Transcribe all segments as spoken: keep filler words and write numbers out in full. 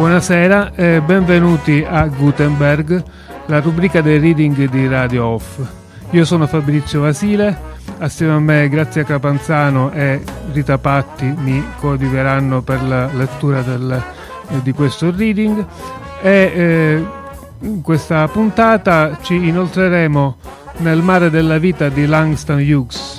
Buonasera e benvenuti a Gutenberg, la rubrica dei reading di Radio Off. Io sono Fabrizio Vasile, assieme a me Grazia Capanzano e Rita Patti mi coadiuveranno per la lettura del, eh, di questo reading e eh, in questa puntata ci inoltreremo nel mare della vita di Langston Hughes.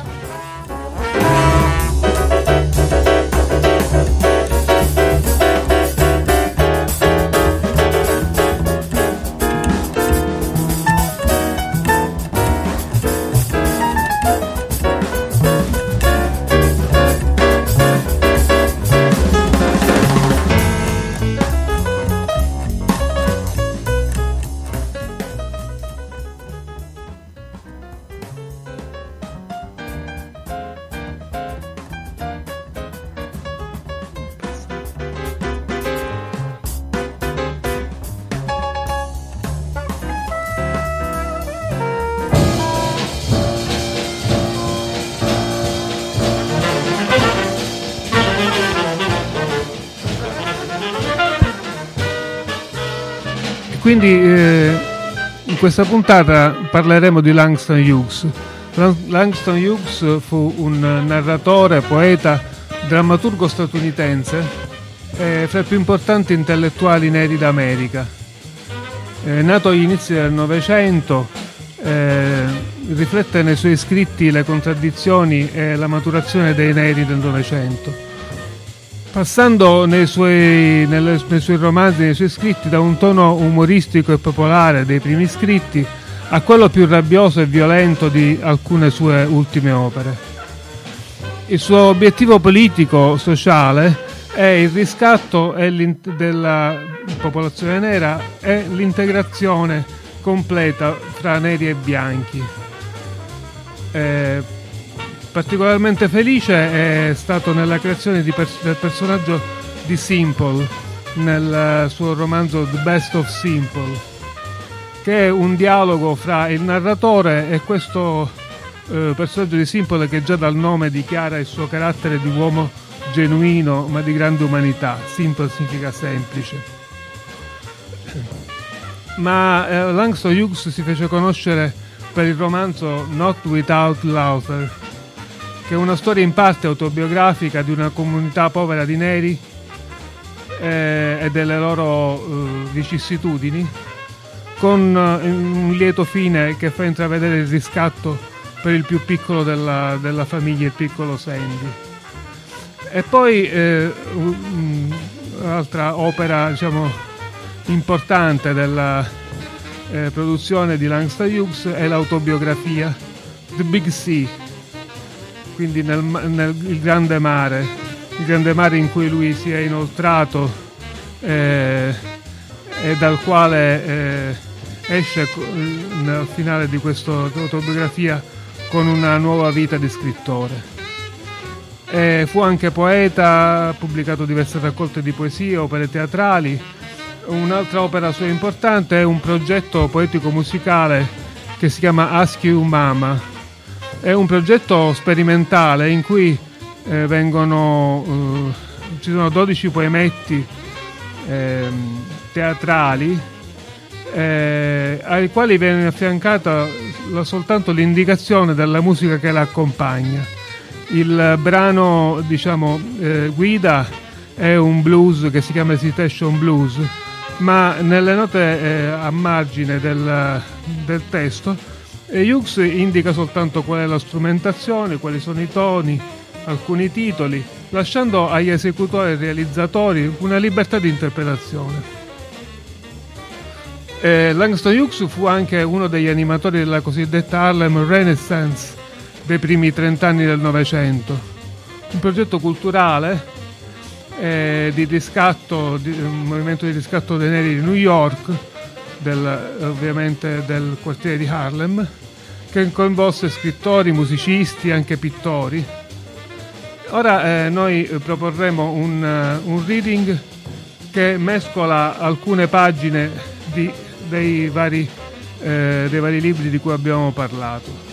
Quindi eh, in questa puntata parleremo di Langston Hughes. Langston Hughes fu un narratore, poeta, drammaturgo statunitense, eh, fra i più importanti intellettuali neri d'America. Eh, nato agli inizi del Novecento, eh, riflette nei suoi scritti le contraddizioni e la maturazione dei neri del Novecento. Passando nei suoi, nelle, nei suoi romanzi, nei suoi scritti, da un tono umoristico e popolare dei primi scritti a quello più rabbioso e violento di alcune sue ultime opere. Il suo obiettivo politico, sociale, è il riscatto della popolazione nera e l'integrazione completa fra neri e bianchi. Eh, Particolarmente felice è stato nella creazione di pers- del personaggio di Simple nel suo romanzo The Best of Simple, che è un dialogo fra il narratore e questo eh, personaggio di Simple, che già dal nome dichiara il suo carattere di uomo genuino ma di grande umanità. Simple significa semplice. Ma eh, Langston Hughes si fece conoscere per il romanzo Not Without Laughter, che è una storia in parte autobiografica di una comunità povera di neri eh, e delle loro eh, vicissitudini, con eh, un lieto fine che fa intravedere il riscatto per il più piccolo della, della famiglia, il piccolo Sandy. E poi eh, un'altra opera, diciamo, importante della eh, produzione di Langston Hughes è l'autobiografia The Big Sea, quindi nel, nel il grande mare, il grande mare in cui lui si è inoltrato eh, e dal quale eh, esce nel finale di questa autobiografia con una nuova vita di scrittore. E fu anche poeta, ha pubblicato diverse raccolte di poesie, opere teatrali. Un'altra opera sua importante è un progetto poetico-musicale che si chiama Ask You Mama. È un progetto sperimentale in cui eh, vengono eh, ci sono dodici poemetti eh, teatrali eh, ai quali viene affiancata la, soltanto l'indicazione della musica che la accompagna. Il brano, diciamo, eh, guida è un blues che si chiama Recitation Blues, ma nelle note eh, a margine del, del testo E Hughes indica soltanto qual è la strumentazione, quali sono i toni, alcuni titoli, lasciando agli esecutori e realizzatori una libertà di interpretazione. Eh, Langston Hughes fu anche uno degli animatori della cosiddetta Harlem Renaissance dei primi trent'anni del Novecento, un progetto culturale eh, di riscatto, di, un movimento di riscatto dei neri di New York, del, ovviamente del quartiere di Harlem, che coinvolse scrittori, musicisti, anche pittori. Ora eh, noi proporremo un, uh, un reading che mescola alcune pagine di, dei, vari, eh, dei vari libri di cui abbiamo parlato.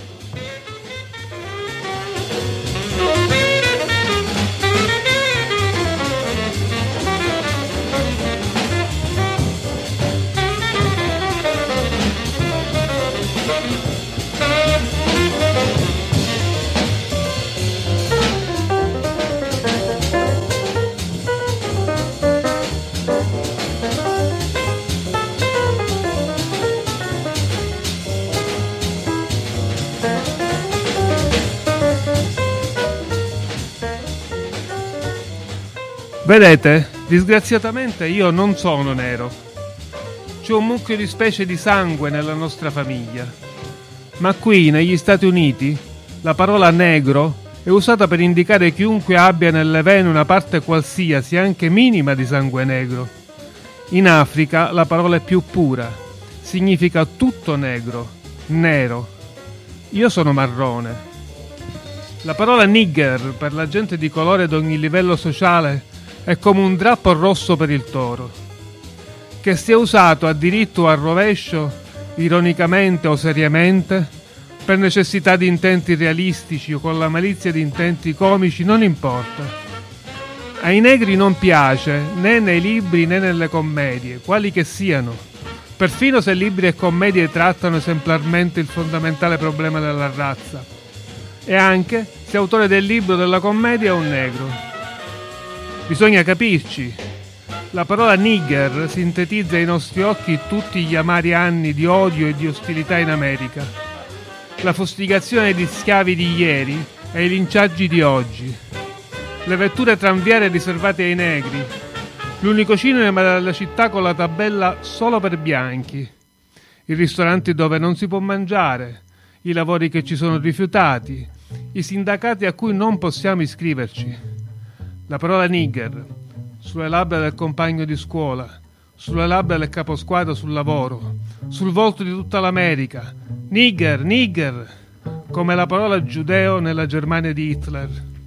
Vedete, disgraziatamente io non sono nero. C'è un mucchio di specie di sangue nella nostra famiglia. Ma qui, negli Stati Uniti, la parola negro è usata per indicare chiunque abbia nelle vene una parte qualsiasi, anche minima, di sangue negro. In Africa la parola è più pura. Significa tutto negro, nero. Io sono marrone. La parola nigger per la gente di colore ad ogni livello sociale è come un drappo rosso per il toro. Che sia usato a diritto o a rovescio, ironicamente o seriamente, per necessità di intenti realistici o con la malizia di intenti comici, non importa. Ai negri non piace, né nei libri né nelle commedie, quali che siano, perfino se libri e commedie trattano esemplarmente il fondamentale problema della razza, e anche se autore del libro o della commedia è un negro. Bisogna capirci. La parola nigger sintetizza ai nostri occhi tutti gli amari anni di odio e di ostilità in America, la fustigazione di schiavi di ieri e i linciaggi di oggi, le vetture tranviarie riservate ai negri, l'unico cinema della città con la tabella solo per bianchi, i ristoranti dove non si può mangiare, i lavori che ci sono rifiutati, i sindacati a cui non possiamo iscriverci. La parola nigger sulle labbra del compagno di scuola, sulle labbra del caposquadra sul lavoro, sul volto di tutta l'America. Nigger, nigger, come la parola giudeo nella Germania di Hitler.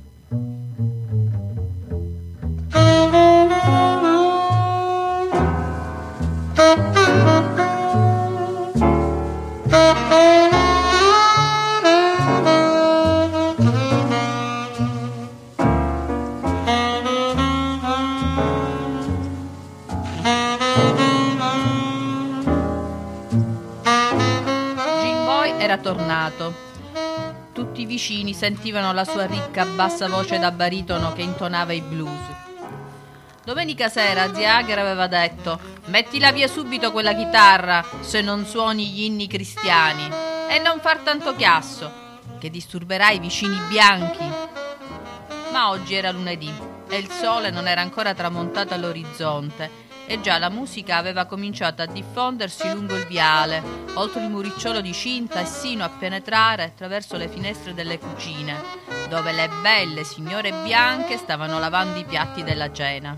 Era tornato. Tutti i vicini sentivano la sua ricca bassa voce da baritono che intonava i blues. Domenica sera zia Hager aveva detto: mettila via subito quella chitarra se non suoni gli inni cristiani e non far tanto chiasso che disturberai i vicini bianchi. Ma oggi era lunedì e il sole non era ancora tramontato all'orizzonte e già la musica aveva cominciato a diffondersi lungo il viale, oltre il muricciolo di cinta e sino a penetrare attraverso le finestre delle cucine, dove le belle signore bianche stavano lavando i piatti della cena.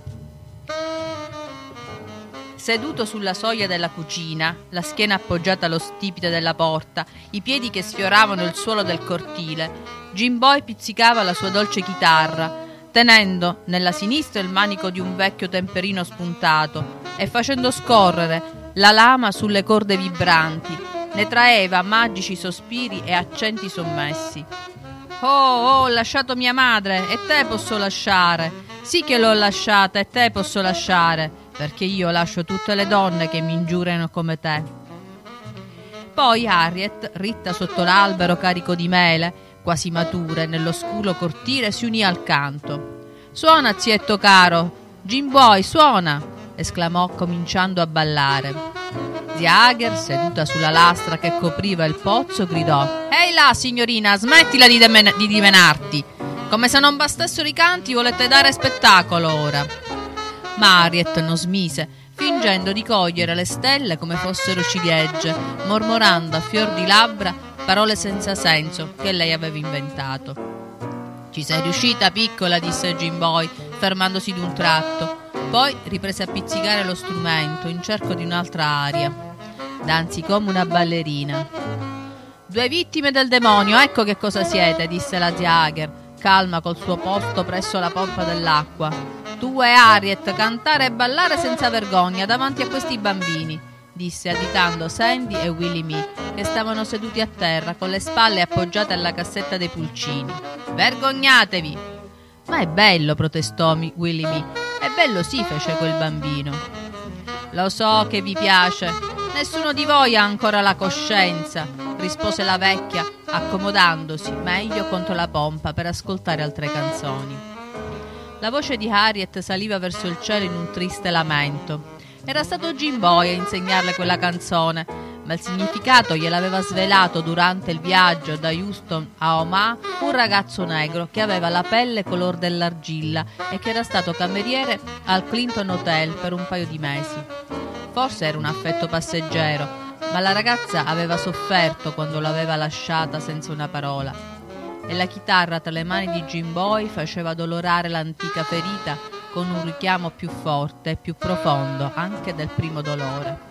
Seduto sulla soglia della cucina, la schiena appoggiata allo stipite della porta, i piedi che sfioravano il suolo del cortile, Jimboy pizzicava la sua dolce chitarra, tenendo nella sinistra il manico di un vecchio temperino spuntato e facendo scorrere la lama sulle corde vibranti, ne traeva magici sospiri e accenti sommessi. Oh, oh, ho lasciato mia madre e te posso lasciare, sì che l'ho lasciata e te posso lasciare, perché io lascio tutte le donne che mi ingiuriano come te. Poi Harriet, ritta sotto l'albero carico di mele, quasi mature, nell'oscuro cortile, si unì al canto. «Suona, zietto caro! Jimboy, suona!» esclamò cominciando a ballare. Zia Hager, seduta sulla lastra che copriva il pozzo, gridò: «Ehi là, signorina, smettila di, demen- di dimenarti! Come se non bastassero i canti, volete dare spettacolo ora!» Ma Harriet non smise, fingendo di cogliere le stelle come fossero ciliegie, mormorando a fior di labbra parole senza senso che lei aveva inventato. «Ci sei riuscita, piccola», disse Jimboy, fermandosi d'un tratto. Poi riprese a pizzicare lo strumento in cerco di un'altra aria. Danzi come una ballerina. «Due vittime del demonio, ecco che cosa siete», disse la zia Hager, calma col suo posto presso la pompa dell'acqua. «Tu e Harriet cantare e ballare senza vergogna davanti a questi bambini», disse additando Sandy e Willie Mee, che stavano seduti a terra con le spalle appoggiate alla cassetta dei pulcini. «Vergognatevi!» «Ma è bello», protestò Willie Mee. «È bello sì», fece quel bambino. «Lo so che vi piace. Nessuno di voi ha ancora la coscienza», rispose la vecchia, accomodandosi meglio contro la pompa per ascoltare altre canzoni. La voce di Harriet saliva verso il cielo in un triste lamento. Era stato Jimboy a insegnarle quella canzone, ma il significato gliel'aveva svelato durante il viaggio da Houston a Omaha un ragazzo negro che aveva la pelle color dell'argilla e che era stato cameriere al Clinton Hotel per un paio di mesi. Forse era un affetto passeggero, ma la ragazza aveva sofferto quando l'aveva lasciata senza una parola, e la chitarra tra le mani di Jim Boy faceva dolorare l'antica ferita con un richiamo più forte e più profondo anche del primo dolore.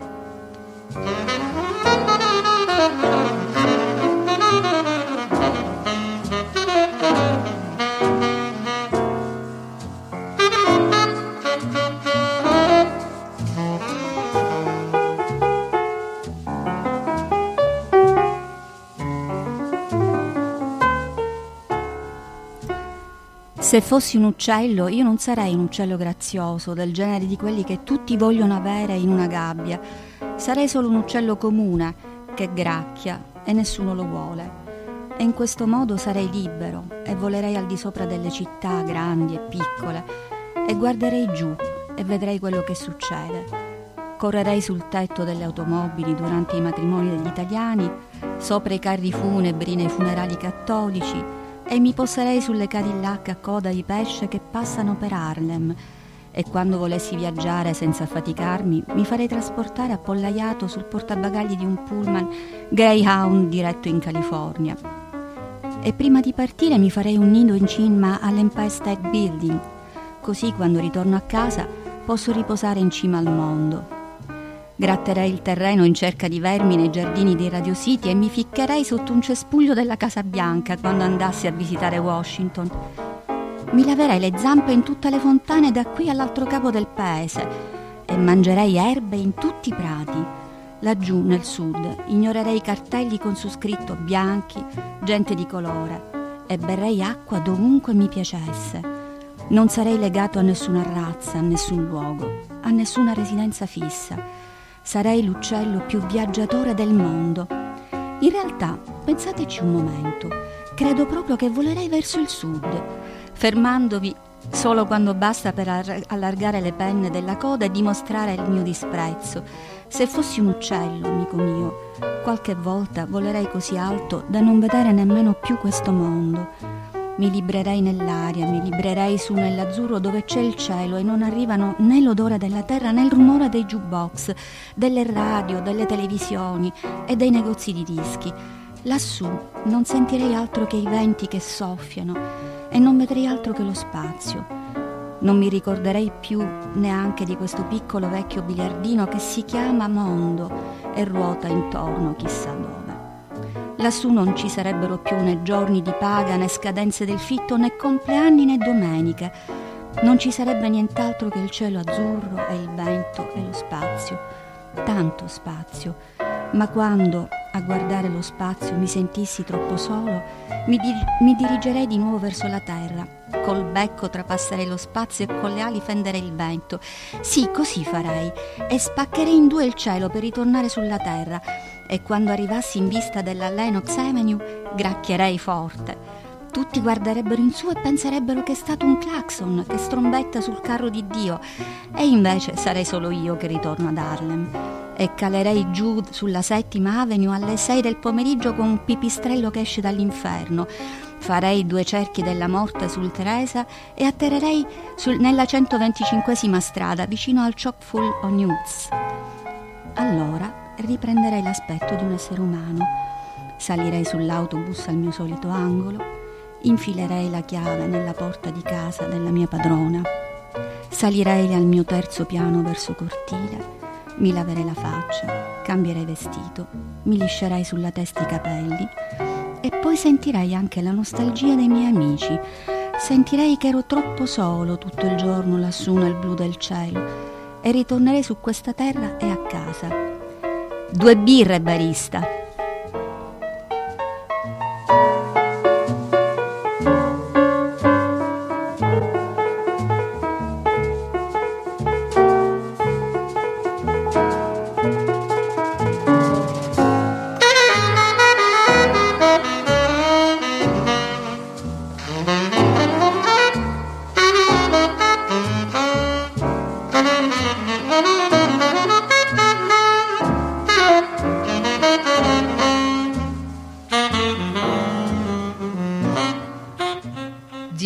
Se fossi un uccello, io non sarei un uccello grazioso, del genere di quelli che tutti vogliono avere in una gabbia. Sarei solo un uccello comune, che gracchia e nessuno lo vuole. E in questo modo sarei libero e volerei al di sopra delle città grandi e piccole e guarderei giù e vedrei quello che succede. Correrei sul tetto delle automobili durante i matrimoni degli italiani, sopra i carri funebri nei funerali cattolici, e mi poserei sulle Cadillac a coda di pesce che passano per Harlem, e quando volessi viaggiare senza affaticarmi mi farei trasportare appollaiato sul portabagagli di un pullman Greyhound diretto in California. E prima di partire mi farei un nido in cima all'Empire State Building, così quando ritorno a casa posso riposare in cima al mondo. Gratterei il terreno in cerca di vermi nei giardini di Radio City e mi ficcherei sotto un cespuglio della Casa Bianca quando andassi a visitare Washington. Mi laverei le zampe in tutte le fontane da qui all'altro capo del paese e mangerei erbe in tutti i prati. Laggiù nel sud ignorerei i cartelli con su scritto bianchi, gente di colore, e berrei acqua dovunque mi piacesse. Non sarei legato a nessuna razza, a nessun luogo, a nessuna residenza fissa. Sarei l'uccello più viaggiatore del mondo. In realtà, pensateci un momento, credo proprio che volerei verso il sud, fermandovi solo quando basta per allargare le penne della coda e dimostrare il mio disprezzo. Se fossi un uccello, amico mio, qualche volta volerei così alto da non vedere nemmeno più questo mondo. Mi librerei nell'aria, mi librerei su nell'azzurro dove c'è il cielo e non arrivano né l'odore della terra né il rumore dei jukebox, delle radio, delle televisioni e dei negozi di dischi. Lassù non sentirei altro che i venti che soffiano e non vedrei altro che lo spazio. Non mi ricorderei più neanche di questo piccolo vecchio biliardino che si chiama mondo e ruota intorno chissà dove. Lassù non ci sarebbero più né giorni di paga né scadenze del fitto né compleanni né domeniche. Non ci sarebbe nient'altro che il cielo azzurro e il vento e lo spazio. Tanto spazio. Ma quando a guardare lo spazio mi sentissi troppo solo, mi, dir- mi dirigerei di nuovo verso la terra. Col becco trapasserei lo spazio e con le ali fenderei il vento. Sì, così farei. E spaccherei in due il cielo per ritornare sulla terra. E quando arrivassi in vista della Lenox Avenue, gracchierei forte. Tutti guarderebbero in su e penserebbero che è stato un clacson che strombetta sul carro di Dio. E invece sarei solo io che ritorno ad Harlem. E calerei giù sulla Settima Avenue alle sei del pomeriggio con un pipistrello che esce dall'inferno. Farei due cerchi della morte sul Teresa e atterrerei sul, nella centoventicinquesima strada vicino al Chockfull O'Neill. Allora riprenderei l'aspetto di un essere umano. Salirei sull'autobus al mio solito angolo, infilerei la chiave nella porta di casa della mia padrona, salirei al mio terzo piano verso cortile, mi laverei la faccia, cambierei vestito, mi liscerei sulla testa i capelli e poi sentirei anche la nostalgia dei miei amici. Sentirei che ero troppo solo tutto il giorno lassù nel blu del cielo e ritornerei su questa terra e a casa. Due birre, barista.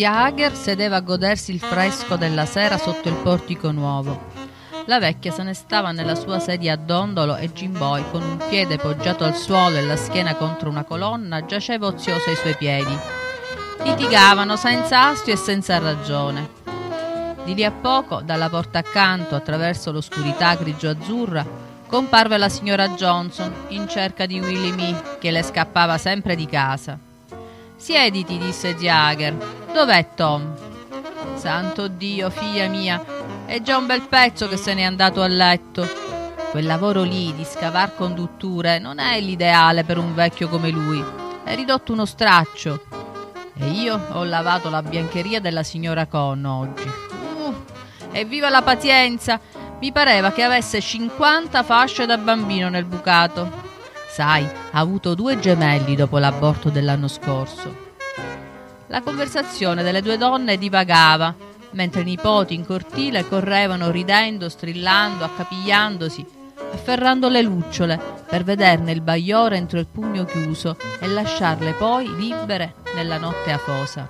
Zia Hager sedeva a godersi il fresco della sera sotto il portico nuovo. La vecchia se ne stava nella sua sedia a dondolo e Jimboy, con un piede poggiato al suolo e la schiena contro una colonna, giaceva ozioso ai suoi piedi. Litigavano senza astio e senza ragione. Di lì a poco, dalla porta accanto, attraverso l'oscurità grigio-azzurra, comparve la signora Johnson in cerca di Willie Mee, che le scappava sempre di casa. «Siediti», disse zia Hager. «Dov'è Tom?» «Santo Dio, figlia mia, è già un bel pezzo che se n'è andato a letto. Quel lavoro lì di scavar condutture non è l'ideale per un vecchio come lui. È ridotto uno straccio. E io ho lavato la biancheria della signora Con oggi. Uh, evviva la pazienza! Mi pareva che avesse cinquanta fasce da bambino nel bucato. Sai, ha avuto due gemelli dopo l'aborto dell'anno scorso». La conversazione delle due donne divagava, mentre i nipoti in cortile correvano ridendo, strillando, accapigliandosi, afferrando le lucciole per vederne il bagliore entro il pugno chiuso e lasciarle poi libere nella notte afosa.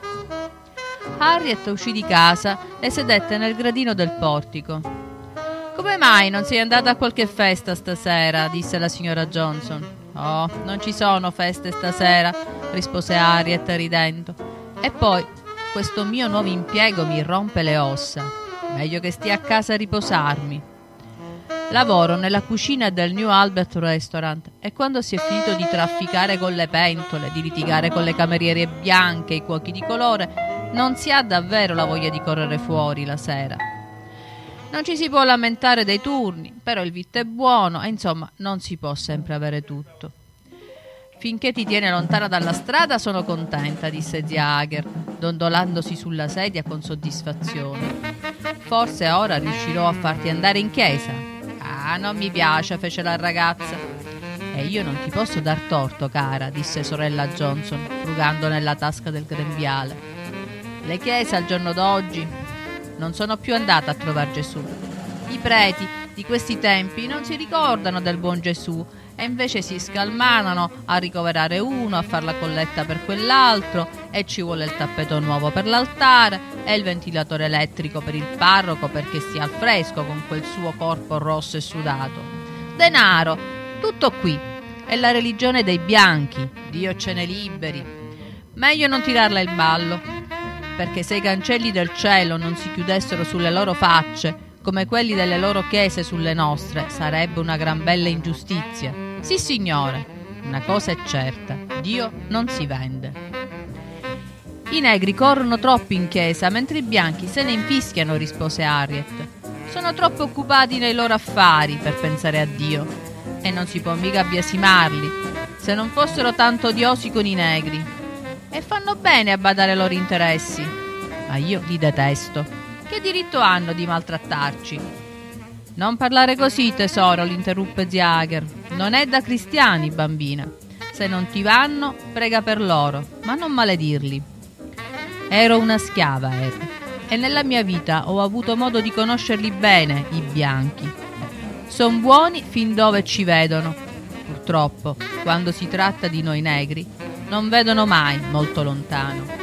Harriet uscì di casa e sedette nel gradino del portico. «Come mai non sei andata a qualche festa stasera?» disse la signora Johnson. «Oh, non ci sono feste stasera», rispose Harriet ridendo. «E poi questo mio nuovo impiego mi rompe le ossa. Meglio che stia a casa a riposarmi. Lavoro nella cucina del New Albert Restaurant e quando si è finito di trafficare con le pentole, di litigare con le cameriere bianche e i cuochi di colore, non si ha davvero la voglia di correre fuori la sera. Non ci si può lamentare dei turni, però il vitto è buono e insomma non si può sempre avere tutto». «Finché ti tiene lontana dalla strada sono contenta», disse zia Hager, dondolandosi sulla sedia con soddisfazione. «Forse ora riuscirò a farti andare in chiesa». «Ah, non mi piace», fece la ragazza. «E io non ti posso dar torto, cara», disse sorella Johnson, frugando nella tasca del grembiale. «Le chiese al giorno d'oggi non sono più andate a trovare Gesù. I preti di questi tempi non si ricordano del buon Gesù e invece si scalmanano a ricoverare uno, a far la colletta per quell'altro, e ci vuole il tappeto nuovo per l'altare e il ventilatore elettrico per il parroco perché stia al fresco con quel suo corpo rosso e sudato. Denaro, tutto qui. È la religione dei bianchi, Dio ce ne liberi. Meglio non tirarla in ballo, perché se i cancelli del cielo non si chiudessero sulle loro facce come quelli delle loro chiese sulle nostre, sarebbe una gran bella ingiustizia. Sì, signore, una cosa è certa, Dio non si vende. I negri corrono troppo in chiesa, mentre i bianchi se ne infischiano», rispose Harriet. «Sono troppo occupati nei loro affari per pensare a Dio, e non si può mica biasimarli, se non fossero tanto odiosi con i negri. E fanno bene a badare ai loro interessi, ma io li detesto. Che diritto hanno di maltrattarci?» «Non parlare così, tesoro», l'interruppe zia Hager. «Non è da cristiani, bambina. Se non ti vanno, prega per loro, ma non maledirli. Ero una schiava, Harry, e nella mia vita ho avuto modo di conoscerli bene, i bianchi. Son buoni fin dove ci vedono. Purtroppo, quando si tratta di noi negri, non vedono mai molto lontano».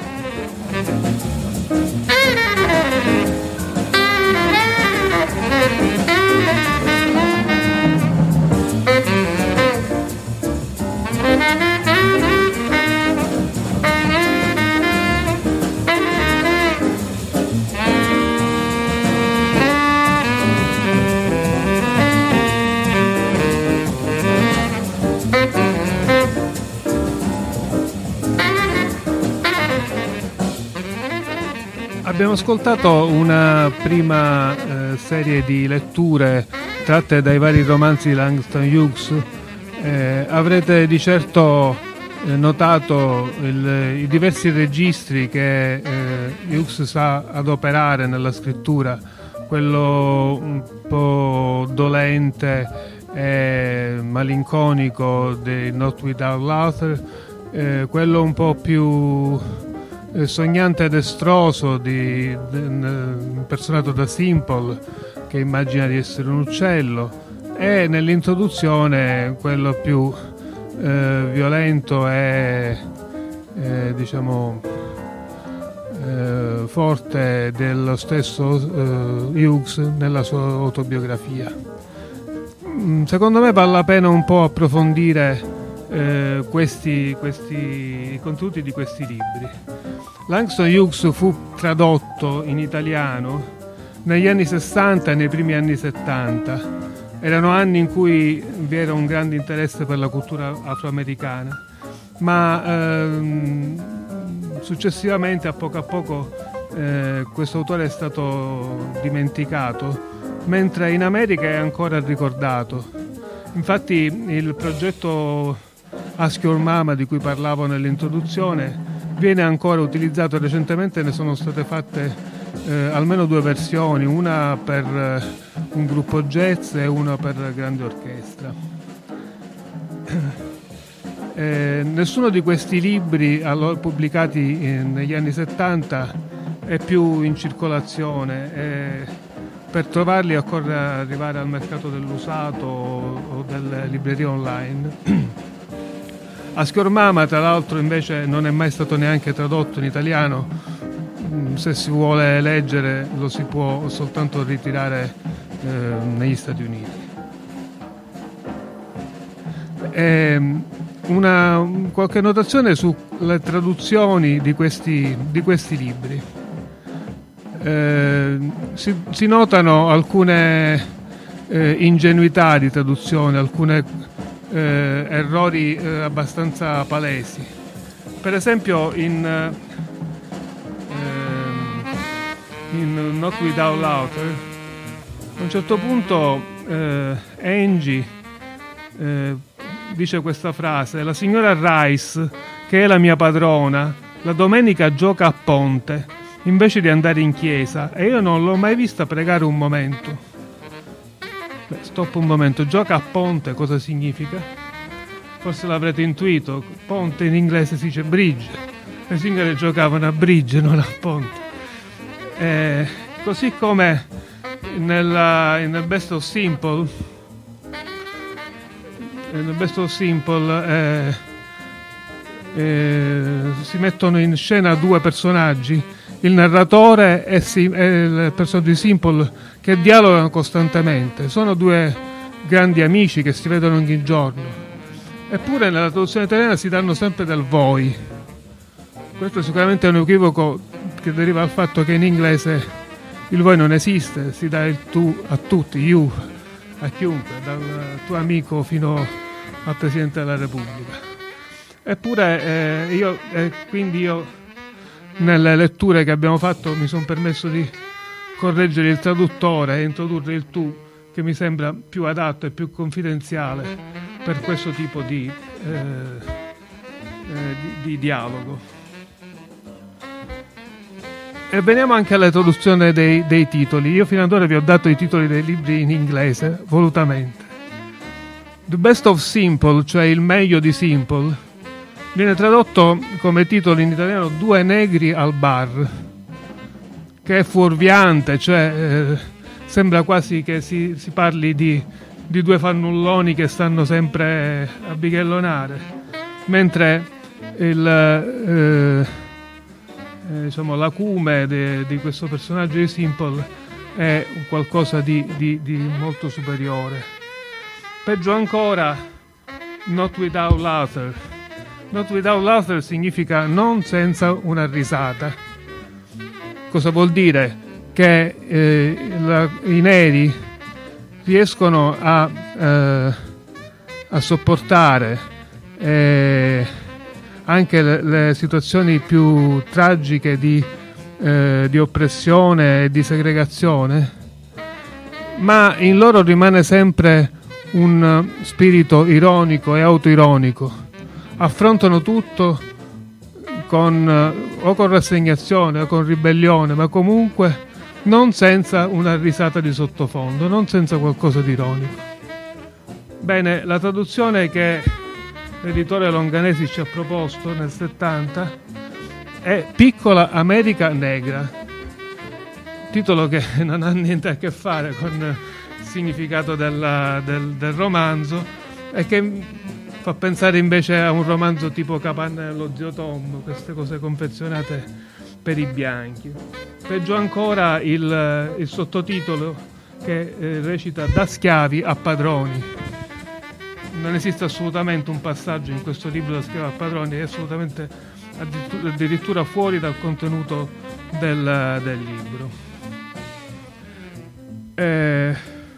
Abbiamo ascoltato una prima eh, serie di letture tratte dai vari romanzi di Langston Hughes. Eh, avrete di certo eh, notato il, i diversi registri che eh, Hughes sa adoperare nella scrittura, quello un po' dolente e malinconico di Not Without Laughter, eh, quello un po' più sognante ed estroso di, di, impersonato da Simple, che immagina di essere un uccello, e nell'introduzione quello più eh, violento e eh, diciamo eh, forte dello stesso eh, Hughes nella sua autobiografia. Mm, secondo me vale la pena un po' approfondire eh, questi, questi, i contenuti di questi libri. Langston Hughes fu tradotto in italiano negli anni sessanta e nei primi anni settanta. Erano anni in cui vi era un grande interesse per la cultura afroamericana, ma ehm, successivamente, a poco a poco, eh, questo autore è stato dimenticato, mentre in America è ancora ricordato. Infatti il progetto Ask Your Mama, di cui parlavo nell'introduzione, viene ancora utilizzato. Recentemente ne sono state fatte eh, almeno due versioni, una per eh, un gruppo jazz e una per grande orchestra. Eh, nessuno di questi libri allora, pubblicati eh, negli anni settanta è più in circolazione. Eh, per trovarli occorre arrivare al mercato dell'usato o, o delle librerie online. Ask Your Mama, tra l'altro, invece non è mai stato neanche tradotto in italiano. Se si vuole leggere lo si può soltanto ritirare eh, negli Stati Uniti. E una, qualche notazione sulle traduzioni di questi, di questi libri. Eh, si, si notano alcune eh, ingenuità di traduzione, alcune eh, errori eh, abbastanza palesi. Per esempio in, eh, in Not Without Laughter, a un certo punto eh, Angie eh, dice questa frase: la signora Rice, che è la mia padrona, la domenica gioca a ponte invece di andare in chiesa e io non l'ho mai vista pregare un momento. Beh, stop un momento, gioca a ponte cosa significa? Forse l'avrete intuito, ponte in inglese si dice bridge, le signore giocavano a bridge, non a ponte. Eh, così come nella, nel Best of Simple, nel Best of Simple eh, eh, si mettono in scena due personaggi, il narratore e, Sim- e il personaggio di Simple, che dialogano costantemente. Sono due grandi amici che si vedono ogni giorno, eppure nella traduzione italiana si danno sempre del voi. Questo sicuramente è un equivoco che deriva dal fatto che in inglese il voi non esiste, si dà il tu a tutti, you a chiunque, dal tuo amico fino al Presidente della Repubblica. Eppure eh, io eh, quindi io nelle letture che abbiamo fatto mi sono permesso di correggere il traduttore e introdurre il tu, che mi sembra più adatto e più confidenziale per questo tipo di, eh, eh, di, di dialogo. E veniamo anche alla traduzione dei, dei titoli. Io fino ad ora vi ho dato i titoli dei libri in inglese, volutamente. The Best of Simple, cioè il meglio di Simple, viene tradotto come titolo in italiano Due negri al bar, che è fuorviante, cioè eh, sembra quasi che si, si parli di, di due fannulloni che stanno sempre a bighellonare, mentre il, eh, eh, diciamo, l'acume de, di questo personaggio di Simple è qualcosa di, di, di molto superiore. Peggio ancora, Not Without Laughter. Not Without Laughter significa non senza una risata. Cosa vuol dire? Che eh, la, i neri riescono a, eh, a sopportare eh, anche le, le situazioni più tragiche di, eh, di oppressione e di segregazione, ma in loro rimane sempre un spirito ironico e autoironico. Affrontano tutto con, o con rassegnazione o con ribellione, ma comunque non senza una risata di sottofondo, non senza qualcosa di ironico. Bene, la traduzione che l'editore Longanesi ci ha proposto nel settanta è Piccola America Negra, titolo che non ha niente a che fare con il significato della, del, del romanzo e che fa pensare invece a un romanzo tipo Capanna dello zio Tom, queste cose confezionate per i bianchi. Peggio ancora il, il sottotitolo che eh, recita "Da schiavi a padroni". Non esiste assolutamente un passaggio in questo libro "Da schiavi a padroni", è assolutamente addirittura, addirittura fuori dal contenuto del, del libro. Eh,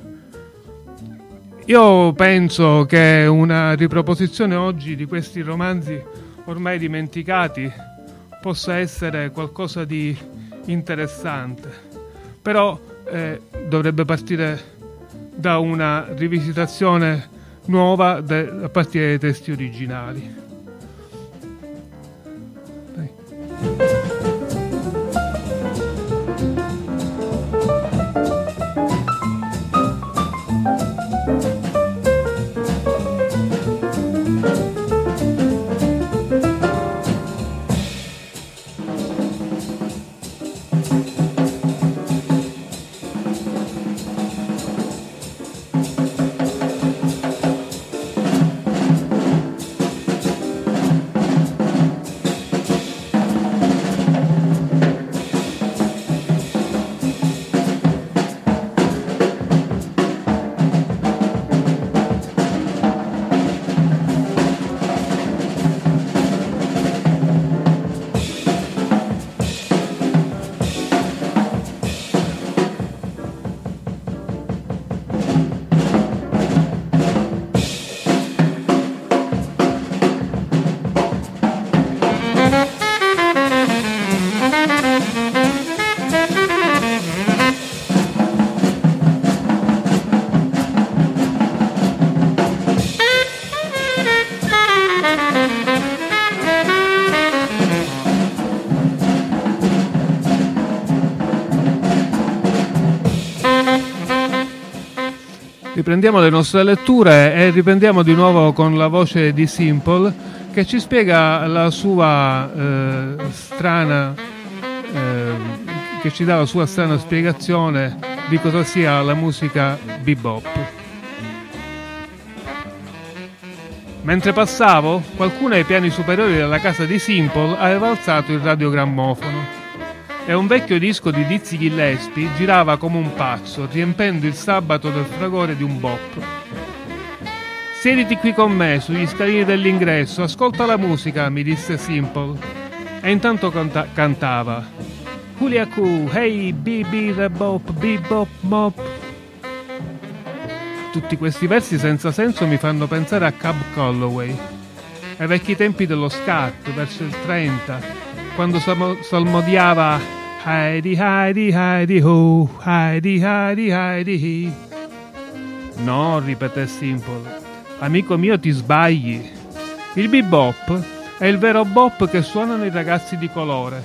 io penso che una riproposizione oggi di questi romanzi ormai dimenticati possa essere qualcosa di interessante, però eh, dovrebbe partire da una rivisitazione nuova de- a partire dai testi originali. Dai. Riprendiamo le nostre letture e riprendiamo di nuovo con la voce di Simple, che ci spiega la sua eh, strana eh, che ci dà la sua strana spiegazione di cosa sia la musica bebop. Mentre passavo, qualcuno ai piani superiori della casa di Simple aveva alzato il radiogrammofono e un vecchio disco di Dizzy Gillespie girava come un pazzo, riempendo il sabato del fragore di un bop. "Siediti qui con me, sugli scalini dell'ingresso, ascolta la musica", mi disse Simple. E intanto canta- cantava "Huliaku, hey, bibi, the bop, bebop, mop". Tutti questi versi senza senso mi fanno pensare a Cab Calloway, ai vecchi tempi dello scat, verso il trenta, quando salmo- salmodiava "Heidi, Heidi, Heidi ho, Heidi, Heidi, Heidi he". "No", ripeté Simple, "amico mio, ti sbagli. Il bebop è il vero bop che suonano i ragazzi di colore".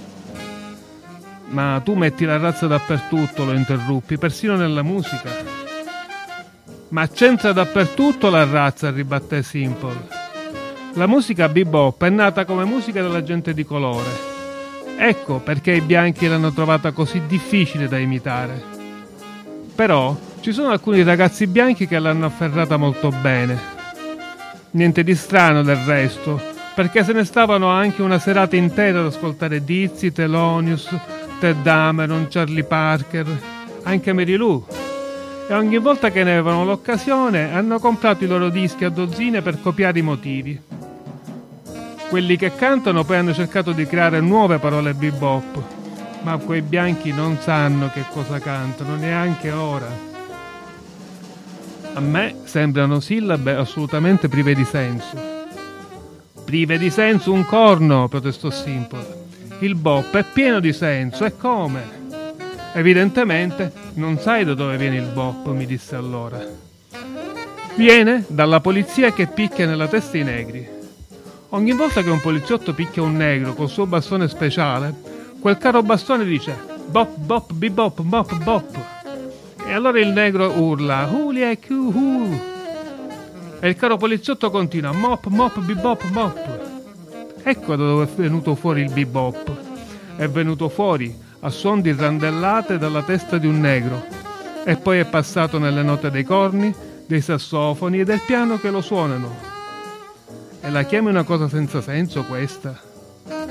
"Ma tu metti la razza dappertutto", lo interruppi, "persino nella musica". "Ma c'entra dappertutto la razza", ribatté Simple. "La musica bebop è nata come musica della gente di colore. Ecco perché i bianchi l'hanno trovata così difficile da imitare. Però ci sono alcuni ragazzi bianchi che l'hanno afferrata molto bene. Niente di strano del resto, perché se ne stavano anche una serata intera ad ascoltare Dizzy, Thelonious, Ted Dameron, Charlie Parker, anche Mary Lou. E ogni volta che ne avevano l'occasione hanno comprato i loro dischi a dozzine per copiare i motivi. Quelli che cantano poi hanno cercato di creare nuove parole bebop, ma quei bianchi non sanno che cosa cantano, neanche ora. A me sembrano sillabe assolutamente prive di senso". "Prive di senso un corno", protestò Simple. "Il bop è pieno di senso, e come?". "Evidentemente non sai da dove viene il bop", mi disse allora. "Viene dalla polizia che picchia nella testa i negri. Ogni volta che un poliziotto picchia un negro col suo bastone speciale, quel caro bastone dice bop bop bebop bop bop. E allora il negro urla "Huliaku". E il caro poliziotto continua "Mop mop bebop mop". Ecco da dove è venuto fuori il bebop. È venuto fuori a suon di randellate dalla testa di un negro, e poi è passato nelle note dei corni, dei sassofoni e del piano che lo suonano. E la chiami una cosa senza senso questa?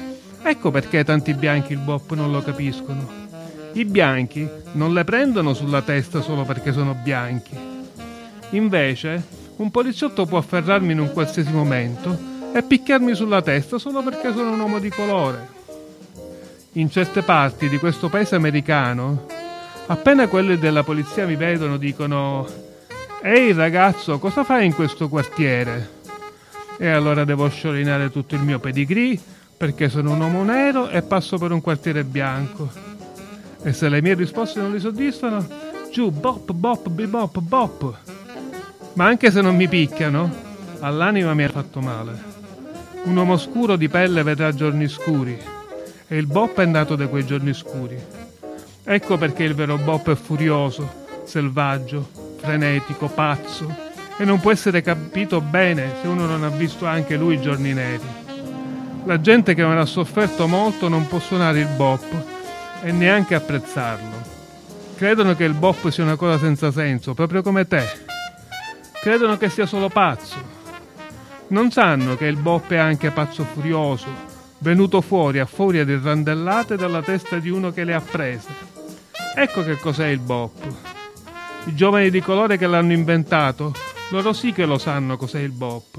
Ecco perché tanti bianchi il bop non lo capiscono. I bianchi non le prendono sulla testa solo perché sono bianchi. Invece, un poliziotto può afferrarmi in un qualsiasi momento e picchiarmi sulla testa solo perché sono un uomo di colore. In certe parti di questo paese americano, appena quelli della polizia mi vedono dicono: «Ehi ragazzo, cosa fai in questo quartiere?» E allora devo sciorinare tutto il mio pedigree perché sono un uomo nero e passo per un quartiere bianco. E se le mie risposte non li soddisfano, giù, bop, bop, bebop, bop. Ma anche se non mi picchiano, all'anima mi ha fatto male. Un uomo scuro di pelle vedrà giorni scuri, e il bop è nato da quei giorni scuri. Ecco perché il vero bop è furioso, selvaggio, frenetico, pazzo, e non può essere capito bene se uno non ha visto anche lui giorni neri. La gente che non ha sofferto molto non può suonare il bop e neanche apprezzarlo. Credono che il bop sia una cosa senza senso, proprio come te. Credono che sia solo pazzo. Non sanno che il bop è anche pazzo furioso, venuto fuori a furia di randellate dalla testa di uno che le ha prese. Ecco che cos'è il bop. I giovani di colore che l'hanno inventato, loro sì che lo sanno cos'è il bop.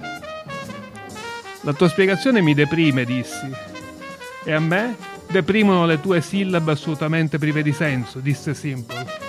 La tua spiegazione mi deprime, dissi. E a me deprimono le tue sillabe assolutamente prive di senso, disse Simple.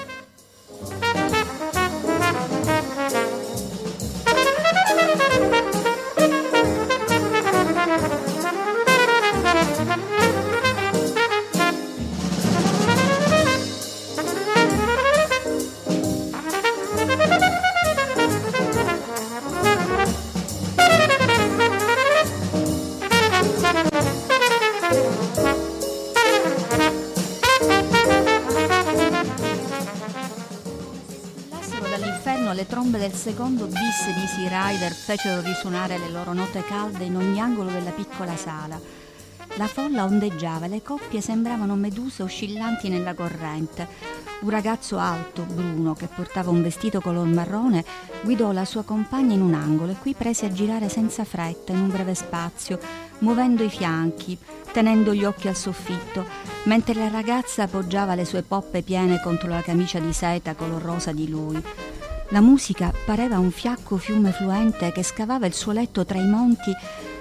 Le trombe del secondo bis di Easy Rider fecero risuonare le loro note calde in ogni angolo della piccola sala. La folla ondeggiava e le coppie sembravano meduse oscillanti nella corrente. Un ragazzo alto, bruno, che portava un vestito color marrone, guidò la sua compagna in un angolo e qui prese a girare senza fretta in un breve spazio, muovendo i fianchi, tenendo gli occhi al soffitto, mentre la ragazza appoggiava le sue poppe piene contro la camicia di seta color rosa di lui. La musica pareva un fiacco fiume fluente che scavava il suo letto tra i monti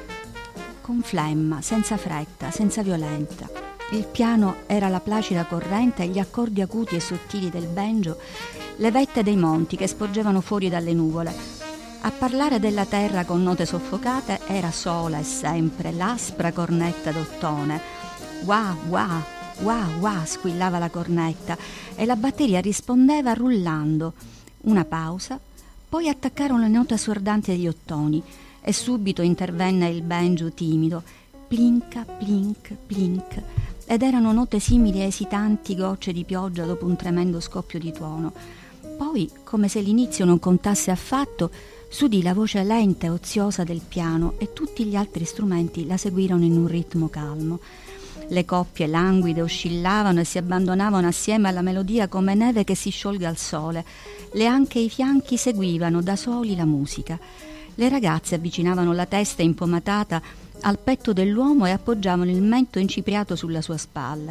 con flemma, senza fretta, senza violenza. Il piano era la placida corrente e gli accordi acuti e sottili del banjo, le vette dei monti che sporgevano fuori dalle nuvole. A parlare della terra con note soffocate era sola e sempre l'aspra cornetta d'ottone. Wah, wah, wah, wah, squillava la cornetta e la batteria rispondeva rullando. Una pausa, poi attaccarono le note assordanti degli ottoni e subito intervenne il banjo timido, plinca, plink, plink, ed erano note simili a esitanti gocce di pioggia dopo un tremendo scoppio di tuono. Poi, come se l'inizio non contasse affatto, s'udì la voce lenta e oziosa del piano e tutti gli altri strumenti la seguirono in un ritmo calmo. Le coppie languide oscillavano e si abbandonavano assieme alla melodia come neve che si sciolga al sole. Le anche e i fianchi seguivano da soli la musica. Le ragazze avvicinavano la testa impomatata al petto dell'uomo e appoggiavano il mento incipriato sulla sua spalla.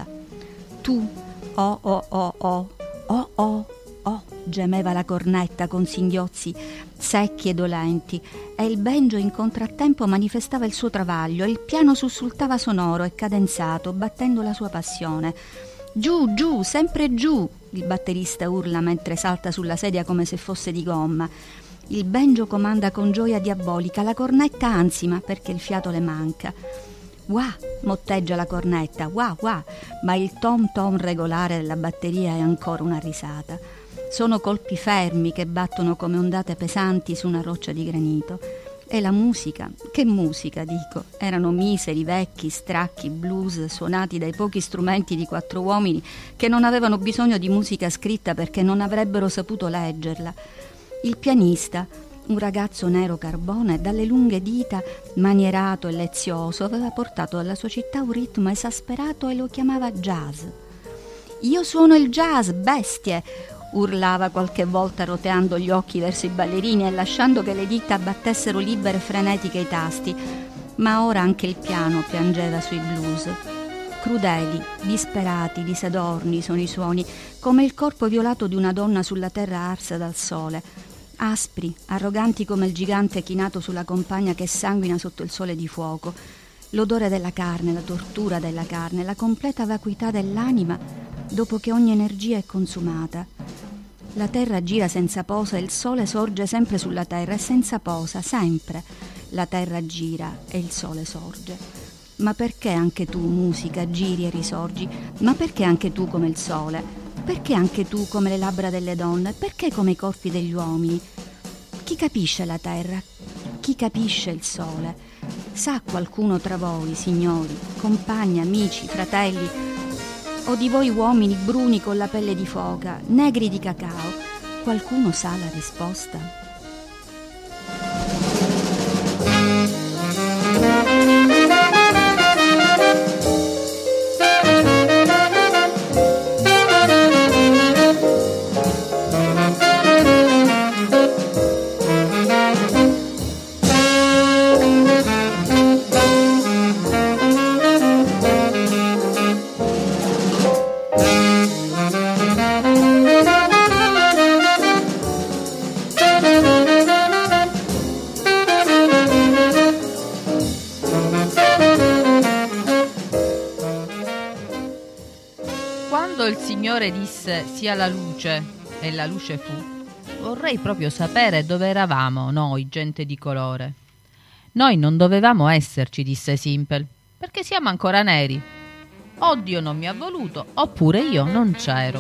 Tu, oh oh oh oh, oh oh oh, gemeva la cornetta con singhiozzi secchi e dolenti, e il banjo in contrattempo manifestava il suo travaglio e il piano sussultava sonoro e cadenzato, battendo la sua passione. Giù, giù, sempre giù, il batterista urla mentre salta sulla sedia come se fosse di gomma. Il banjo comanda con gioia diabolica, la cornetta ansima perché il fiato le manca. Wah, motteggia la cornetta, wah, wah, ma il tom tom regolare della batteria è ancora una risata. Sono colpi fermi che battono come ondate pesanti su una roccia di granito. E la musica, che musica dico, erano miseri, vecchi, stracchi blues suonati dai pochi strumenti di quattro uomini che non avevano bisogno di musica scritta perché non avrebbero saputo leggerla. Il pianista, un ragazzo nero carbone, dalle lunghe dita, manierato e lezioso, aveva portato alla sua città un ritmo esasperato e lo chiamava jazz. «Io suono il jazz, bestie!» urlava qualche volta roteando gli occhi verso i ballerini e lasciando che le dita battessero libere e frenetiche i tasti. ma ora anche il piano piangeva sui blues. Crudeli, disperati, disadorni sono i suoni, come il corpo violato di una donna sulla terra arsa dal sole. Aspri, arroganti come il gigante chinato sulla compagna che sanguina sotto il sole di fuoco. L'odore della carne, la tortura della carne, la completa vacuità dell'anima dopo che ogni energia è consumata. La terra gira senza posa e il sole sorge sempre sulla terra e senza posa, sempre. La terra gira e il sole sorge. Ma perché anche tu, musica, giri e risorgi? Ma perché anche tu come il sole? Perché anche tu come le labbra delle donne? Perché come i corpi degli uomini? Chi capisce la terra? Chi capisce il sole? Sa qualcuno tra voi, signori, compagni, amici, fratelli, o di voi uomini bruni con la pelle di foca, negri di cacao? Qualcuno sa la risposta? Disse sia la luce e la luce fu. Vorrei proprio sapere dove eravamo noi, gente di colore. Noi non dovevamo esserci, disse Simple, perché siamo ancora neri. O Dio non mi ha voluto, oppure io non c'ero.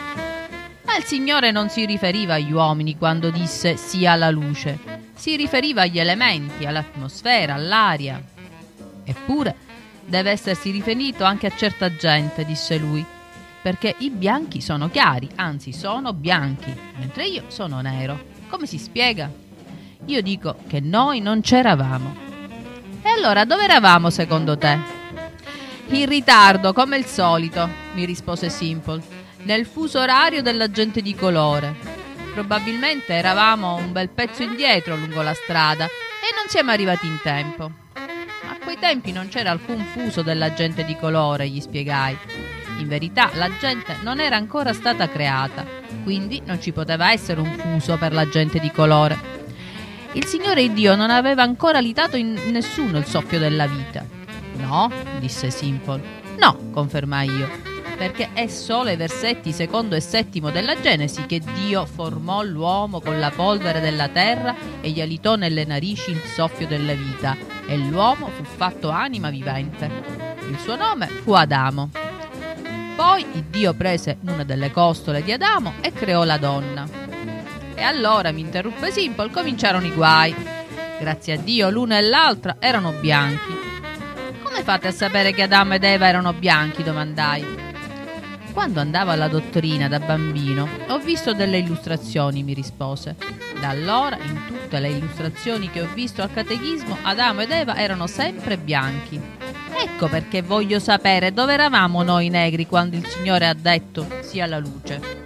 Ma il Signore non si riferiva agli uomini quando disse sia la luce. Si riferiva agli elementi, all'atmosfera, all'aria. Eppure deve essersi riferito anche a certa gente, disse lui, perché i bianchi sono chiari, anzi sono bianchi, mentre io sono nero. Come si spiega? Io dico che noi non c'eravamo. E allora dove eravamo secondo te? In ritardo, come il solito, mi rispose Simple, nel fuso orario della gente di colore. Probabilmente eravamo un bel pezzo indietro lungo la strada e non siamo arrivati in tempo. Ma a quei tempi non c'era alcun fuso della gente di colore, gli spiegai. In verità la gente non era ancora stata creata, quindi non ci poteva essere un fuso per la gente di colore. Il Signore Dio non aveva ancora litato in nessuno il soffio della vita. No, disse Simple. No, confermai io, perché è solo ai versetti secondo e settimo della Genesi che Dio formò l'uomo con la polvere della terra e gli alitò nelle narici il soffio della vita, e l'uomo fu fatto anima vivente. Il suo nome fu Adamo. Poi Dio prese una delle costole di Adamo e creò la donna. E allora, mi interruppe Simple, cominciarono i guai. Grazie a Dio l'una e l'altra erano bianchi. Come fate a sapere che Adamo ed Eva erano bianchi? Domandai. Quando andavo alla dottrina da bambino ho visto delle illustrazioni, mi rispose. Da allora, in tutte le illustrazioni che ho visto al catechismo, Adamo ed Eva erano sempre bianchi. Ecco perché voglio sapere dove eravamo noi negri quando il Signore ha detto sia la luce.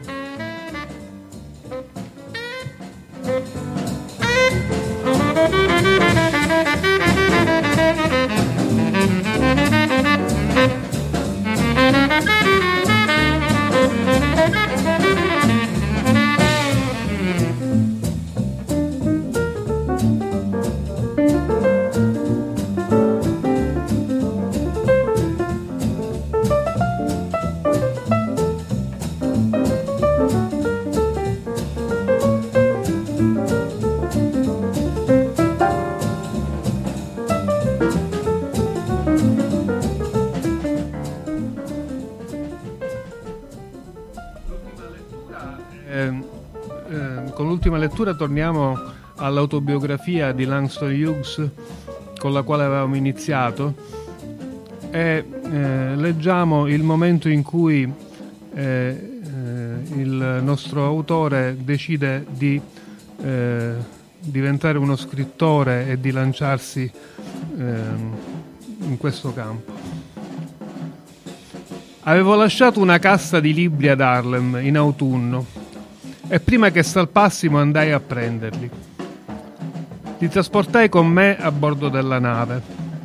Con l'ultima lettura torniamo all'autobiografia di Langston Hughes con la quale avevamo iniziato e eh, leggiamo il momento in cui eh, eh, il nostro autore decide di eh, diventare uno scrittore e di lanciarsi eh, in questo campo. Avevo lasciato una cassa di libri ad Harlem in autunno e prima che salpassimo andai a prenderli. Li trasportai con me a bordo della nave.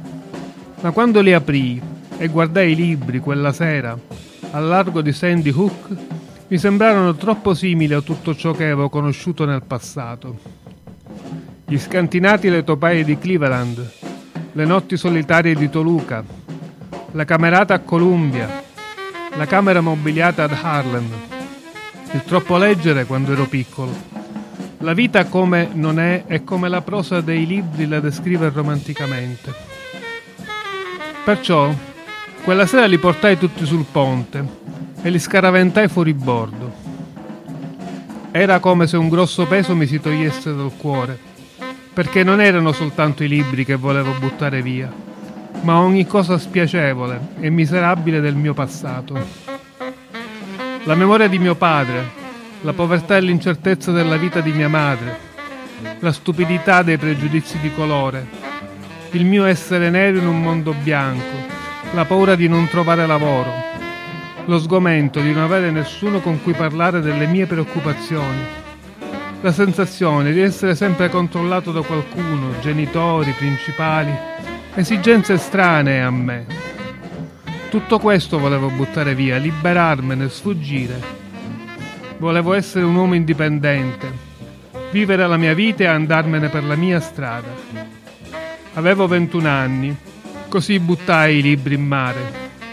Ma quando li aprii e guardai i libri quella sera al largo di Sandy Hook, mi sembrarono troppo simili a tutto ciò che avevo conosciuto nel passato. Gli scantinati letopai di Cleveland, le notti solitarie di Toluca, la camerata a Columbia, la camera mobiliata ad Harlem, il troppo leggere quando ero piccolo, la vita come non è e come la prosa dei libri la descrive romanticamente. Perciò quella sera li portai tutti sul ponte e li scaraventai fuori bordo. Era come se un grosso peso mi si togliesse dal cuore, perché non erano soltanto i libri che volevo buttare via, ma ogni cosa spiacevole e miserabile del mio passato. La memoria di mio padre, la povertà e l'incertezza della vita di mia madre, la stupidità dei pregiudizi di colore, il mio essere nero in un mondo bianco, la paura di non trovare lavoro, lo sgomento di non avere nessuno con cui parlare delle mie preoccupazioni, la sensazione di essere sempre controllato da qualcuno, genitori, principali, esigenze estranee a me. Tutto questo volevo buttare via, liberarmene, sfuggire. Volevo essere un uomo indipendente, vivere la mia vita e andarmene per la mia strada. Avevo ventuno anni, così buttai i libri in mare.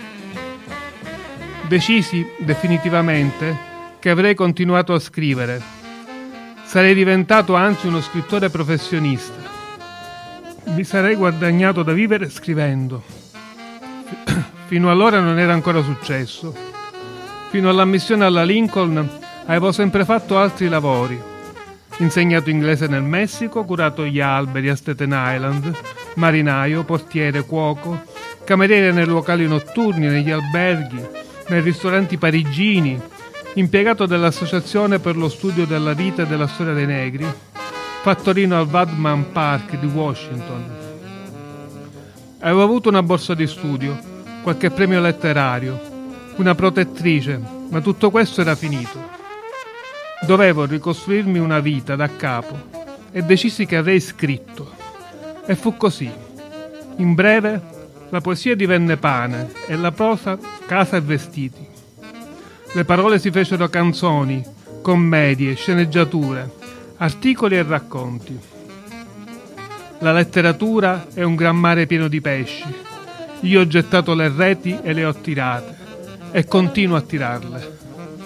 Decisi definitivamente che avrei continuato a scrivere. Sarei diventato anzi uno scrittore professionista. Mi sarei guadagnato da vivere scrivendo. Fino allora non era ancora successo. Fino all'ammissione alla Lincoln avevo sempre fatto altri lavori. Insegnato inglese nel Messico, curato gli alberi a Staten Island, marinaio, portiere, cuoco, cameriere nei locali notturni, negli alberghi, nei ristoranti parigini, impiegato dell'Associazione per lo studio della vita e della storia dei negri, fattorino al Wadman Park di Washington. Avevo avuto una borsa di studio, qualche premio letterario, una protettrice, ma tutto questo era finito. Dovevo ricostruirmi una vita da capo e decisi che avrei scritto. E fu così. In breve, la poesia divenne pane e la prosa casa e vestiti. Le parole si fecero canzoni, commedie, sceneggiature, articoli e racconti. La letteratura è un gran mare pieno di pesci. Io ho gettato le reti e le ho tirate e continuo a tirarle.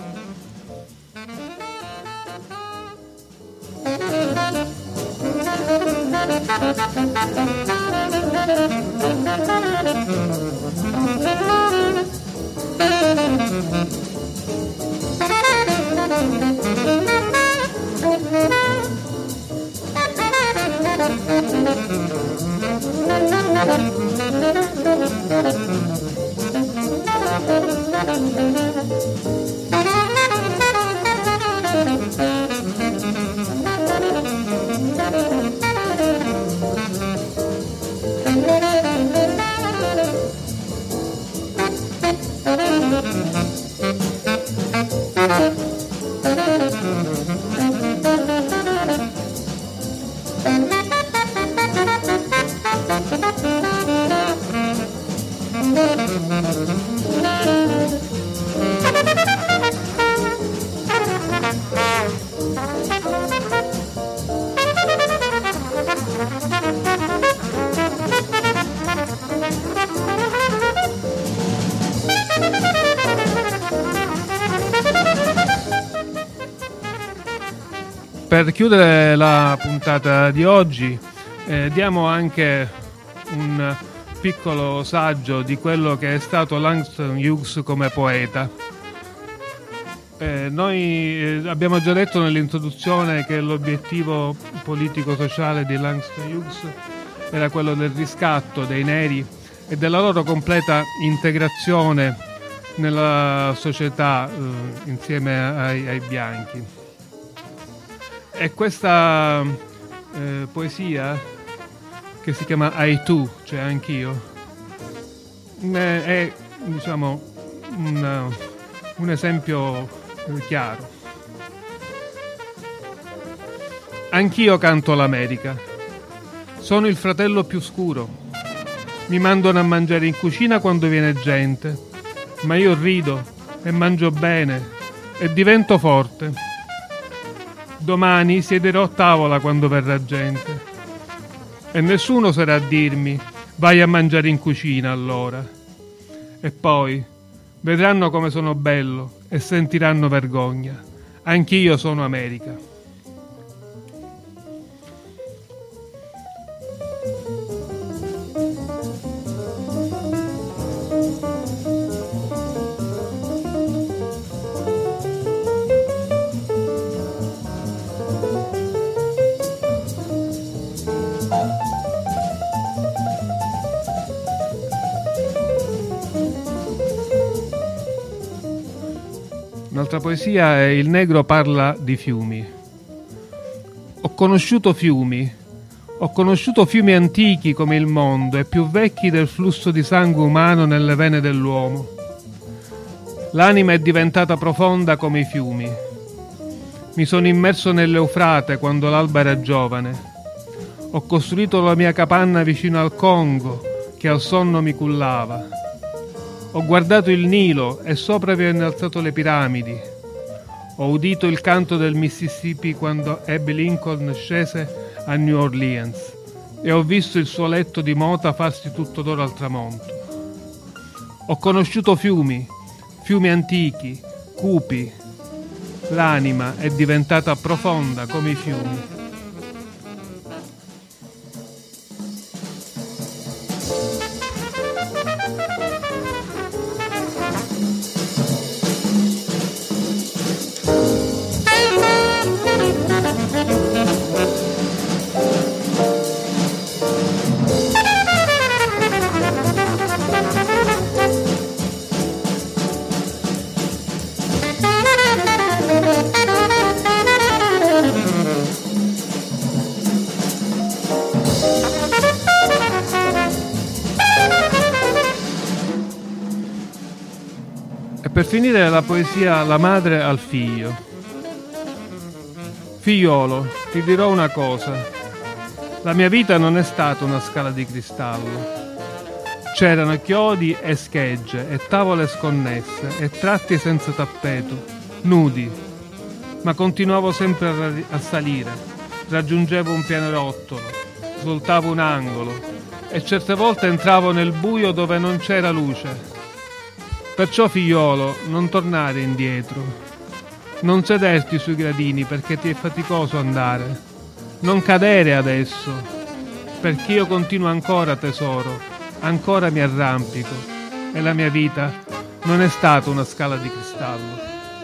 Per chiudere la puntata di oggi eh, diamo anche un piccolo saggio di quello che è stato Langston Hughes come poeta. Eh, noi eh, abbiamo già detto nell'introduzione che l'obiettivo politico-sociale di Langston Hughes era quello del riscatto dei neri e della loro completa integrazione nella società eh, insieme ai, ai bianchi. E questa eh, poesia, che si chiama I Too, cioè anch'io, è, diciamo, un, un esempio eh, chiaro. Anch'io canto l'America. Sono il fratello più scuro. Mi mandano a mangiare in cucina quando viene gente, ma io rido e mangio bene e divento forte. Domani siederò a tavola quando verrà gente e nessuno sarà a dirmi vai a mangiare in cucina allora. E poi vedranno come sono bello e sentiranno vergogna. Anch'io sono America. Un'altra poesia è Il negro parla di fiumi. Ho conosciuto fiumi, ho conosciuto fiumi antichi come il mondo e più vecchi del flusso di sangue umano nelle vene dell'uomo. L'anima è diventata profonda come i fiumi. Mi sono immerso nell'Eufrate quando l'alba era giovane. Ho costruito la mia capanna vicino al Congo che al sonno mi cullava. Ho guardato il Nilo e sopra vi ho innalzato le piramidi. Ho udito il canto del Mississippi quando Abe Lincoln scese a New Orleans e ho visto il suo letto di mota farsi tutto d'oro al tramonto. Ho conosciuto fiumi, fiumi antichi, cupi. L'anima è diventata profonda come i fiumi. Per finire la poesia La madre al figlio. Figliolo, ti dirò una cosa. La mia vita non è stata una scala di cristallo. C'erano chiodi e schegge e tavole sconnesse e tratti senza tappeto, nudi. Ma continuavo sempre a, a salire. Raggiungevo un pianerottolo, svoltavo un angolo e certe volte entravo nel buio dove non c'era luce. Perciò, figliolo, non tornare indietro. Non sederti sui gradini perché ti è faticoso andare. Non cadere adesso, perché io continuo ancora, tesoro, ancora mi arrampico e la mia vita non è stata una scala di cristallo.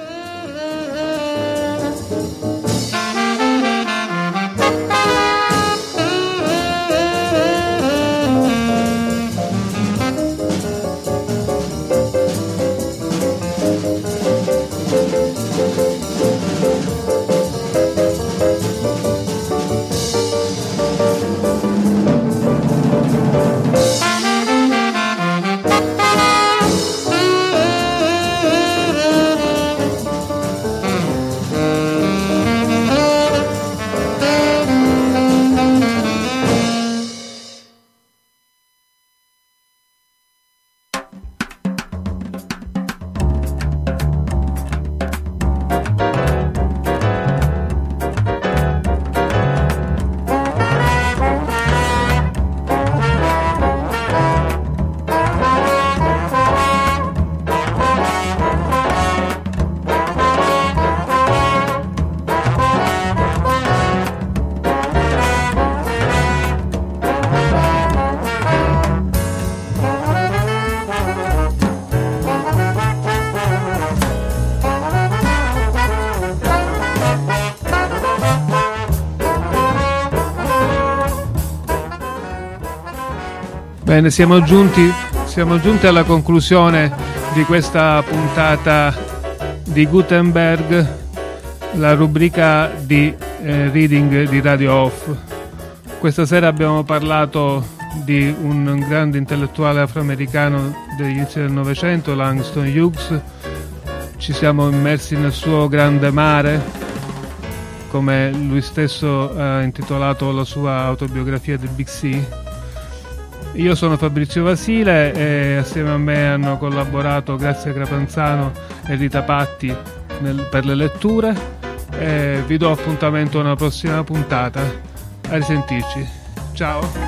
Bene, siamo giunti, siamo giunti alla conclusione di questa puntata di Gutenberg, la rubrica di eh, reading di Radio Off. Questa sera abbiamo parlato di un grande intellettuale afroamericano degli inizi del Novecento, Langston Hughes. Ci siamo immersi nel suo grande mare, come lui stesso ha intitolato la sua autobiografia The Big Sea. Io sono Fabrizio Vasile e assieme a me hanno collaborato Grazia Crapanzano e Rita Patti nel, per le letture. E vi do appuntamento a una prossima puntata. A risentirci. Ciao.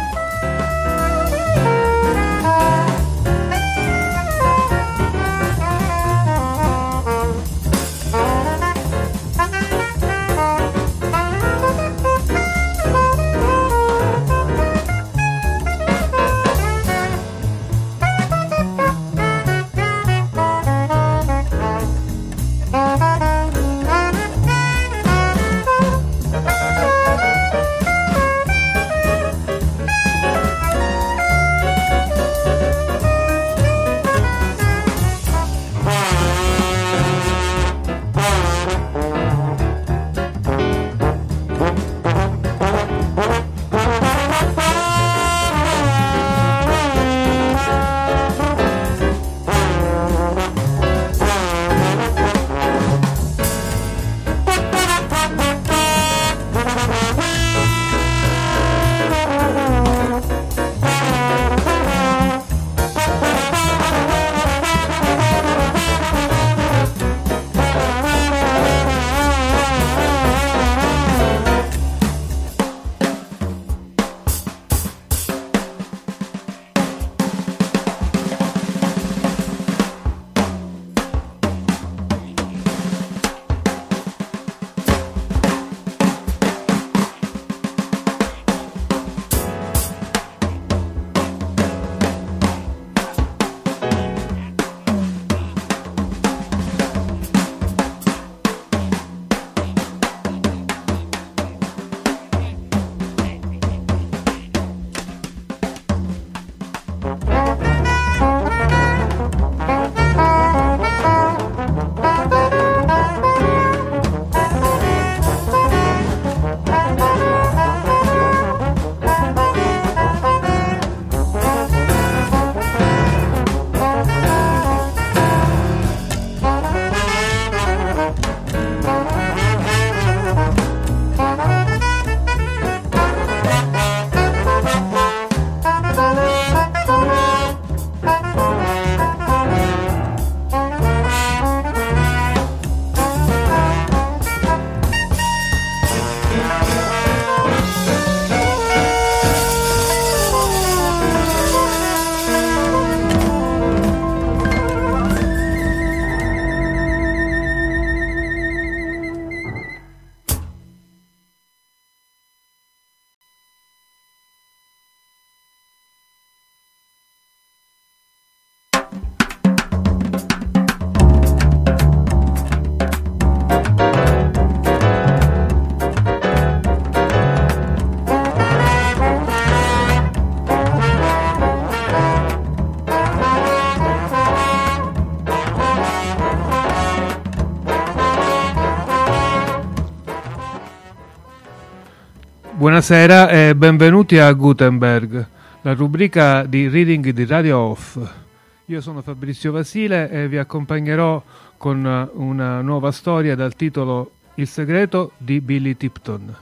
Buonasera e benvenuti a Gutenberg, la rubrica di reading di Radio Off. Io sono Fabrizio Vasile e vi accompagnerò con una nuova storia dal titolo Il segreto di Billy Tipton.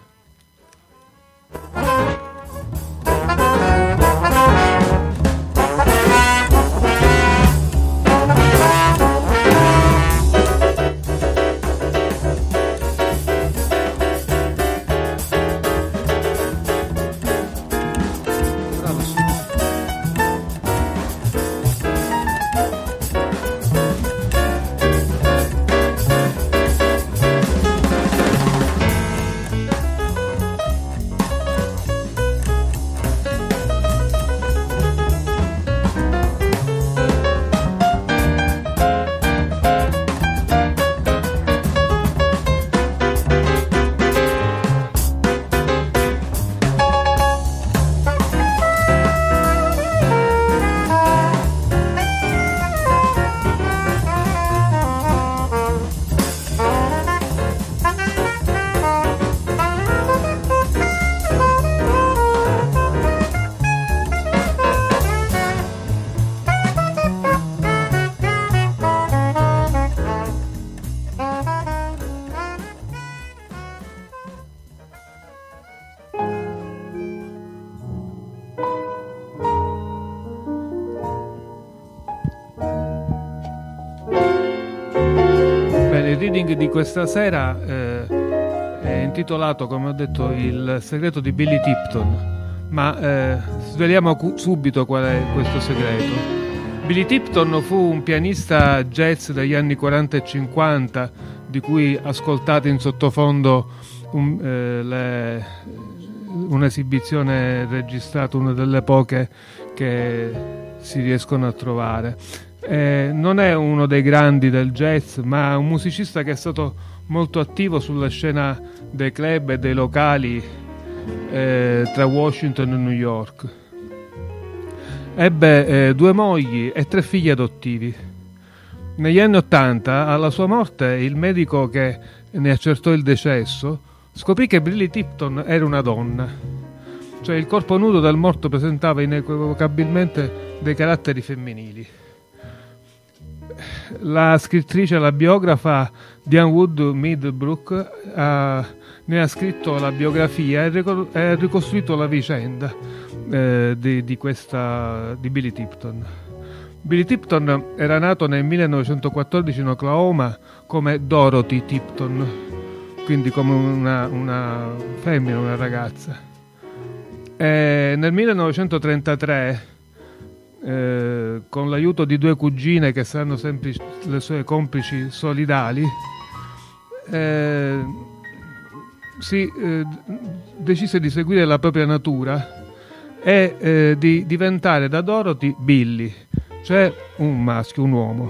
reading di questa sera eh, è intitolato, come ho detto, Il segreto di Billy Tipton, ma eh, sveliamo cu- subito qual è questo segreto. Billy Tipton fu un pianista jazz degli anni quaranta e cinquanta, di cui ascoltate in sottofondo un, eh, le, un'esibizione registrata, una delle poche che si riescono a trovare. Eh, non è uno dei grandi del jazz, ma un musicista che è stato molto attivo sulla scena dei club e dei locali eh, tra Washington e New York. Ebbe eh, due mogli e tre figli adottivi. Negli anni Ottanta, alla sua morte, il medico che ne accertò il decesso scoprì che Billy Tipton era una donna. Cioè, il corpo nudo del morto presentava inequivocabilmente dei caratteri femminili. La scrittrice, la biografa Diane Wood Middlebrook ha, ne ha scritto la biografia e ha ricostruito la vicenda eh, di, di, questa, di Billy Tipton. Billy Tipton era nato nel millenovecentoquattordici in Oklahoma come Dorothy Tipton, quindi come una, una femmina, una ragazza. E nel millenovecentotrentatré, Eh, con l'aiuto di due cugine che saranno sempre le sue complici solidali, eh, si eh, decise di seguire la propria natura e eh, di diventare da Dorothy Billy, cioè un maschio, un uomo.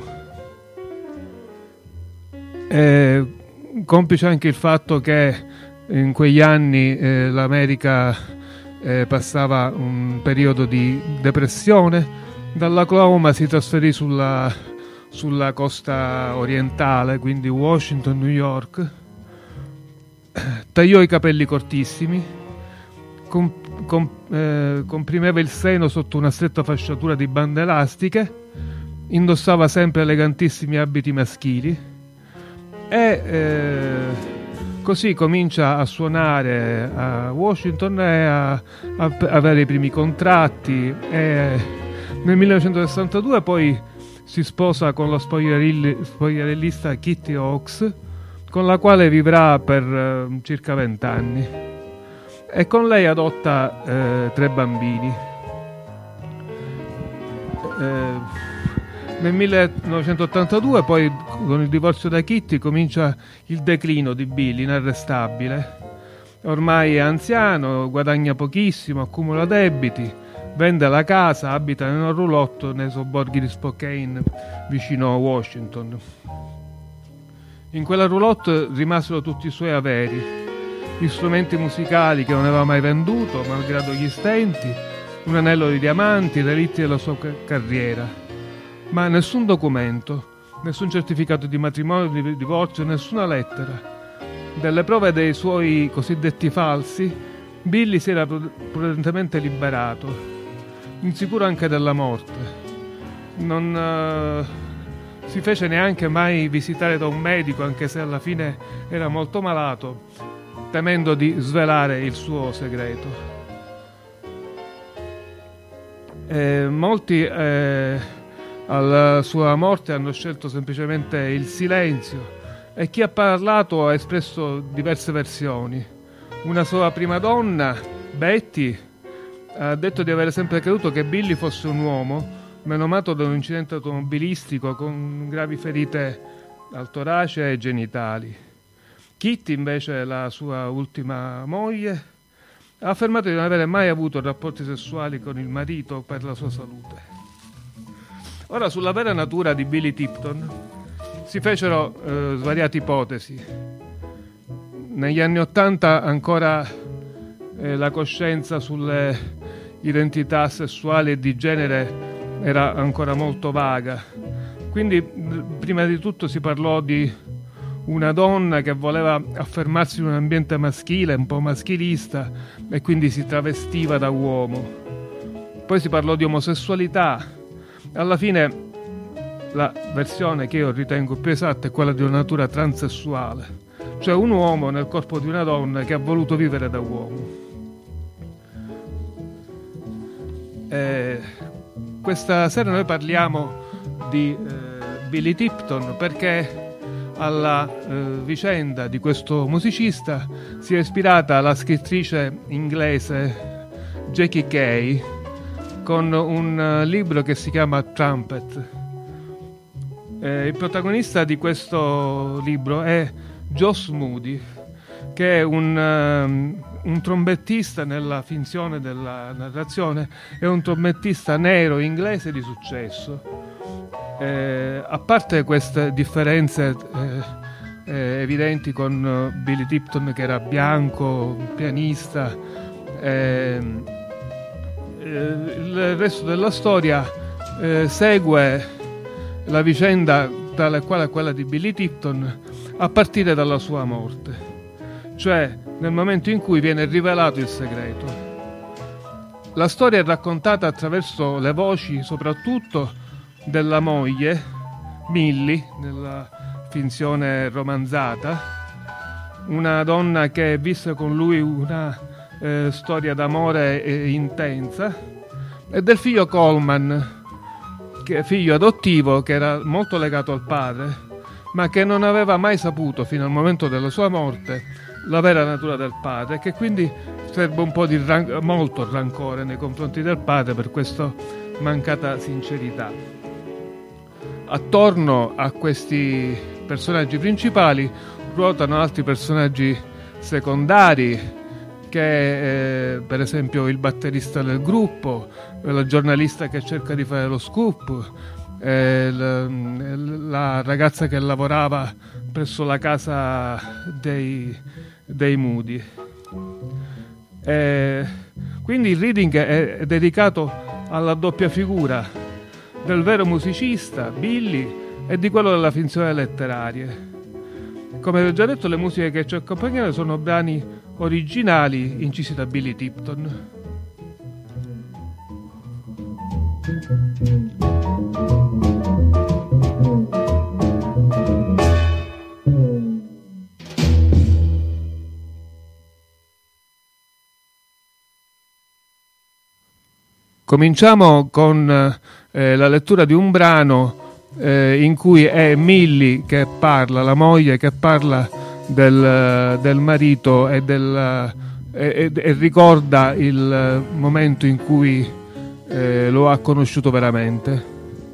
Eh, complice anche il fatto che in quegli anni eh, l'America eh, passava un periodo di depressione. Dall'Oklahoma si trasferì sulla, sulla costa orientale, quindi Washington, New York. Tagliò i capelli cortissimi, com, com, eh, comprimeva il seno sotto una stretta fasciatura di bande elastiche, indossava sempre elegantissimi abiti maschili e eh, così comincia a suonare a Washington e a, a avere i primi contratti. E nel millenovecentosessantadue poi si sposa con la spogliarellista Kitty Hawkes, con la quale vivrà per eh, circa vent'anni, e con lei adotta eh, tre bambini. Eh, nel millenovecentottantadue poi, con il divorzio da Kitty, comincia il declino di Billy, inarrestabile. Ormai è anziano, guadagna pochissimo, accumula debiti, vende la casa, abita in un roulotte nei sobborghi di Spokane, vicino a Washington. In quella roulotte rimasero tutti i suoi averi, gli strumenti musicali che non aveva mai venduto, malgrado gli stenti, un anello di diamanti, i relitti della sua carriera. Ma nessun documento, nessun certificato di matrimonio, di divorzio, nessuna lettera. Delle prove dei suoi cosiddetti falsi, Billy si era prudentemente liberato, insicuro anche della morte. Non uh, si fece neanche mai visitare da un medico, anche se alla fine era molto malato, temendo di svelare il suo segreto. E molti eh, alla sua morte hanno scelto semplicemente il silenzio, e chi ha parlato ha espresso diverse versioni. Una sua prima donna, Betty, ha detto di avere sempre creduto che Billy fosse un uomo menomato da un incidente automobilistico con gravi ferite al torace e genitali. Kitty, invece, la sua ultima moglie, ha affermato di non avere mai avuto rapporti sessuali con il marito per la sua salute. Ora, sulla vera natura di Billy Tipton si fecero eh, svariate ipotesi. Negli anni Ottanta ancora eh, la coscienza sulle identità sessuali e di genere era ancora molto vaga, quindi prima di tutto si parlò di una donna che voleva affermarsi in un ambiente maschile, un po' maschilista, e quindi si travestiva da uomo. Poi si parlò di omosessualità. Alla fine la versione che io ritengo più esatta è quella di una natura transessuale, cioè un uomo nel corpo di una donna che ha voluto vivere da uomo. Eh, questa sera noi parliamo di eh, Billy Tipton perché alla eh, vicenda di questo musicista si è ispirata la scrittrice inglese Jackie Kay con un uh, libro che si chiama Trumpet. Eh, il protagonista di questo libro è Joss Moody, che è un, um, un trombettista nella finzione della narrazione, è un trombettista nero inglese di successo. Eh, a parte queste differenze eh, eh, evidenti con uh, Billy Tipton, che era bianco, un pianista, eh, eh, il resto della storia eh, segue la vicenda tale quale quella di Billy Tipton a partire dalla sua morte, cioè nel momento in cui viene rivelato il segreto. La storia è raccontata attraverso le voci soprattutto della moglie, Millie, nella finzione romanzata, una donna che visse con lui una eh, storia d'amore eh, intensa, e del figlio Coleman, che è figlio adottivo, che era molto legato al padre, ma che non aveva mai saputo fino al momento della sua morte la vera natura del padre, e che quindi serve un po' di ran- molto rancore nei confronti del padre per questa mancata sincerità. Attorno a questi personaggi principali ruotano altri personaggi secondari, che eh, per esempio il batterista del gruppo, la giornalista che cerca di fare lo scoop, eh, la, la ragazza che lavorava presso la casa dei, dei Moody. Eh, quindi il reading è, è dedicato alla doppia figura del vero musicista, Billy, e di quello della finzione letteraria. Come ho già detto, le musiche che ci accompagnano sono brani originali incisi da Billy Tipton. Cominciamo con eh, la lettura di un brano eh, in cui è Millie che parla, la moglie che parla del, del marito e, del, e, e ricorda il momento in cui eh, lo ha conosciuto veramente.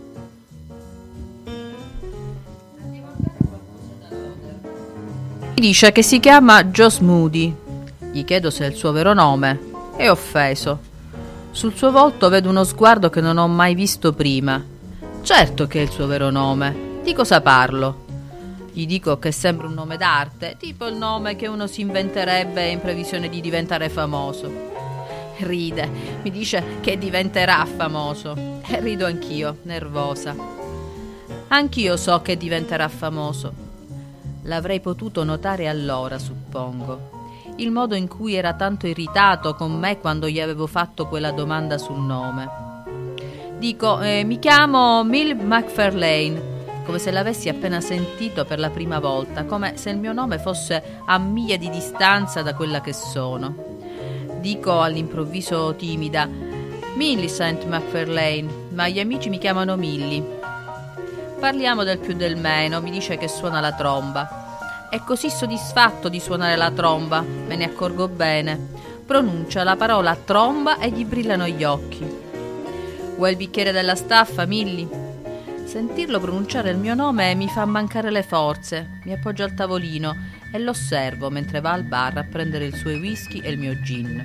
Mi dice che si chiama Joss Moody. Gli chiedo se è il suo vero nome. È offeso. Sul suo volto vedo uno sguardo che non ho mai visto prima. Certo che è il suo vero nome. Di cosa parlo? Gli dico che sembra un nome d'arte, tipo il nome che uno si inventerebbe in previsione di diventare famoso. Ride, mi dice che diventerà famoso. E rido anch'io, nervosa. Anch'io so che diventerà famoso. L'avrei potuto notare allora, suppongo. Il modo in cui era tanto irritato con me quando gli avevo fatto quella domanda sul nome. Dico, eh, mi chiamo Mill McFarlane, come se l'avessi appena sentito per la prima volta, come se il mio nome fosse a miglia di distanza da quella che sono. Dico all'improvviso timida, Millicent McFarlane, ma gli amici mi chiamano Millie. Parliamo del più del meno, mi dice che suona la tromba. È così soddisfatto di suonare la tromba, me ne accorgo bene. Pronuncia la parola tromba e gli brillano gli occhi. Vuoi il bicchiere della staffa, Millie? Sentirlo pronunciare il mio nome mi fa mancare le forze. Mi appoggio al tavolino e lo osservo mentre va al bar a prendere il suo whisky e il mio gin.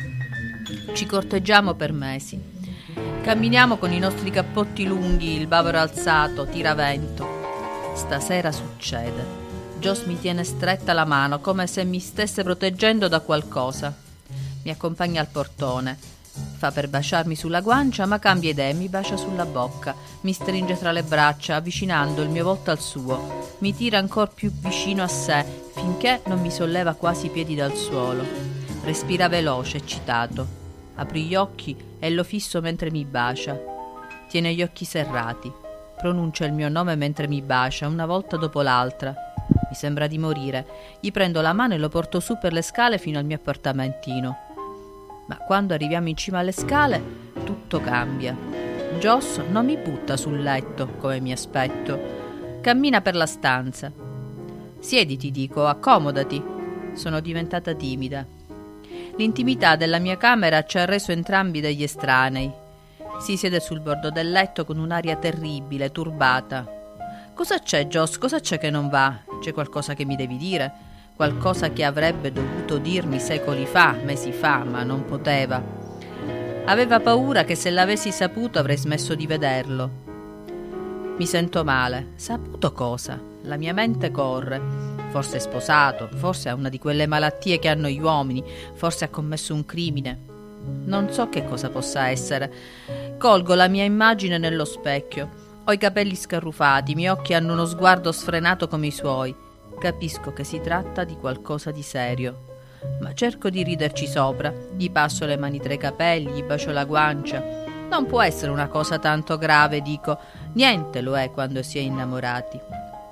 Ci corteggiamo per mesi. Camminiamo con i nostri cappotti lunghi, il bavero alzato, tiravento. Stasera succede. Joss mi tiene stretta la mano come se mi stesse proteggendo da qualcosa. Mi accompagna al portone. Fa per baciarmi sulla guancia, ma cambia idea e mi bacia sulla bocca. Mi stringe tra le braccia, avvicinando il mio volto al suo. Mi tira ancor più vicino a sé, finché non mi solleva quasi i piedi dal suolo. Respira veloce, eccitato. Apri gli occhi e lo fisso mentre mi bacia. Tiene gli occhi serrati. Pronuncia il mio nome mentre mi bacia, una volta dopo l'altra. Mi sembra di morire. Gli prendo la mano e lo porto su per le scale fino al mio appartamentino. Ma quando arriviamo in cima alle scale, tutto cambia. Joss non mi butta sul letto, come mi aspetto. Cammina per la stanza. Siediti, dico, accomodati. Sono diventata timida. L'intimità della mia camera ci ha reso entrambi degli estranei. Si siede sul bordo del letto con un'aria terribile, turbata. Cosa c'è, Joss? Cosa c'è che non va? C'è qualcosa che mi devi dire? Qualcosa che avrebbe dovuto dirmi secoli fa, mesi fa, ma non poteva. Aveva paura che se l'avessi saputo avrei smesso di vederlo. Mi sento male. Saputo cosa? La mia mente corre. Forse è sposato, forse ha una di quelle malattie che hanno gli uomini, forse ha commesso un crimine. Non so che cosa possa essere. Colgo la mia immagine nello specchio. Ho i capelli scarrufati, i miei occhi hanno uno sguardo sfrenato come i suoi. Capisco che si tratta di qualcosa di serio. Ma cerco di riderci sopra. Gli passo le mani tra i capelli, gli bacio la guancia. Non può essere una cosa tanto grave, dico. Niente lo è quando si è innamorati.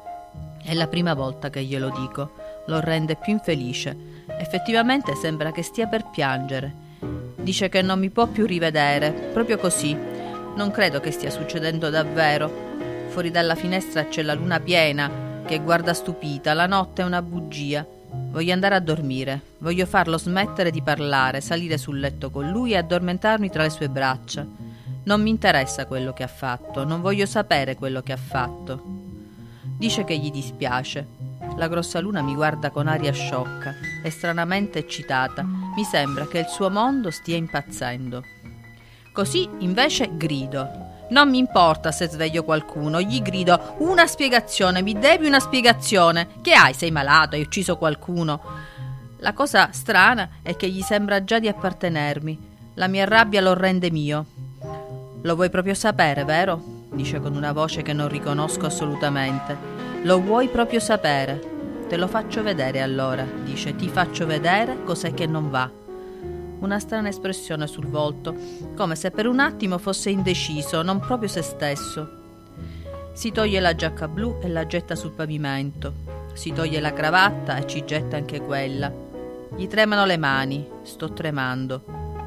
È la prima volta che glielo dico. Lo rende più infelice. Effettivamente sembra che stia per piangere. Dice che non mi può più rivedere, proprio così. Non credo che stia succedendo davvero. Fuori dalla finestra c'è la luna piena che guarda stupita. La notte è una bugia. Voglio andare a dormire. Voglio farlo smettere di parlare, salire sul letto con lui e addormentarmi tra le sue braccia. Non mi interessa quello che ha fatto, non voglio sapere quello che ha fatto. Dice che gli dispiace. La grossa luna mi guarda con aria sciocca e stranamente eccitata. Mi sembra che il suo mondo stia impazzendo. Così invece grido. Non mi importa se sveglio qualcuno, gli grido: una spiegazione, mi devi una spiegazione. Che hai? Sei malato? Hai ucciso qualcuno? La cosa strana è che gli sembra già di appartenermi. La mia rabbia lo rende mio. Lo vuoi proprio sapere, vero? Dice con una voce che non riconosco assolutamente. Lo vuoi proprio sapere? Te lo faccio vedere allora, dice. Ti faccio vedere cos'è che non va. Una strana espressione sul volto, come se per un attimo fosse indeciso, non proprio se stesso. Si toglie la giacca blu e la getta sul pavimento. Si toglie la cravatta e ci getta anche quella. Gli tremano le mani, sto tremando.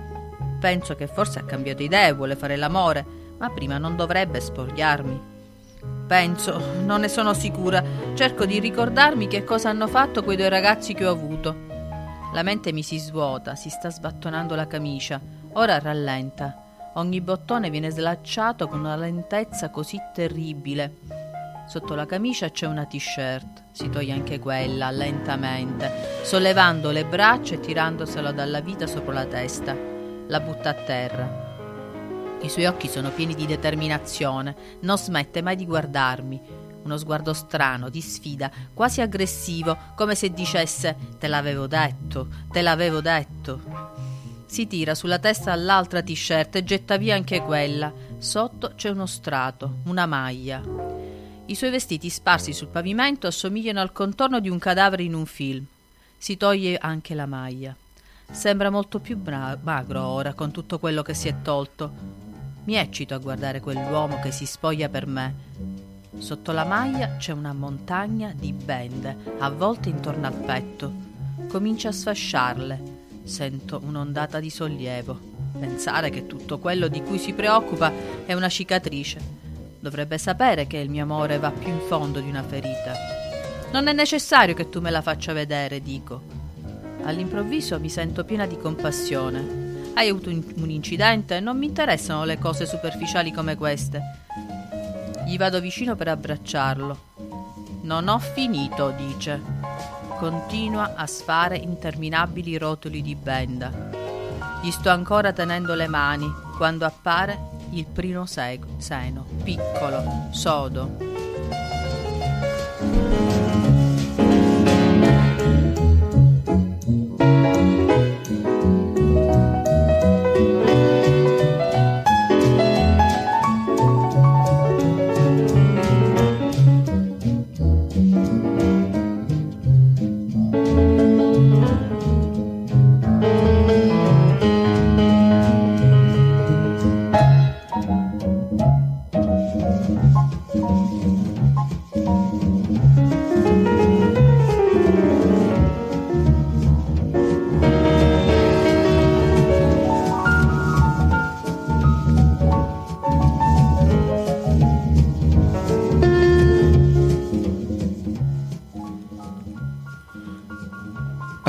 Penso che forse ha cambiato idea e vuole fare l'amore, ma prima non dovrebbe spogliarmi. Penso, non ne sono sicura, cerco di ricordarmi che cosa hanno fatto quei due ragazzi che ho avuto. La mente mi si svuota, si sta sbattonando la camicia. Ora rallenta. Ogni bottone viene slacciato con una lentezza così terribile. Sotto la camicia c'è una t-shirt. Si toglie anche quella, lentamente, sollevando le braccia e tirandosela dalla vita sopra la testa. La butta a terra. I suoi occhi sono pieni di determinazione. Non smette mai di guardarmi. Uno sguardo strano, di sfida, quasi aggressivo, come se dicesse: te l'avevo detto, te l'avevo detto. Si tira sulla testa l'altra t-shirt e getta via anche quella. Sotto c'è uno strato, una maglia. I suoi vestiti sparsi sul pavimento assomigliano al contorno di un cadavere in un film. Si toglie anche la maglia. Sembra molto più bra- magro ora con tutto quello che si è tolto. Mi eccito a guardare quell'uomo che si spoglia per me. Sotto la maglia c'è una montagna di bende, avvolte intorno al petto. Comincia a sfasciarle. Sento un'ondata di sollievo. Pensare che tutto quello di cui si preoccupa è una cicatrice. Dovrebbe sapere che il mio amore va più in fondo di una ferita. Non è necessario che tu me la faccia vedere, dico. All'improvviso mi sento piena di compassione. Hai avuto un incidente? Non mi interessano le cose superficiali come queste. Gli vado vicino per abbracciarlo. Non ho finito, dice. Continua a sfare interminabili rotoli di benda. Gli sto ancora tenendo le mani quando appare il primo seno, piccolo, sodo.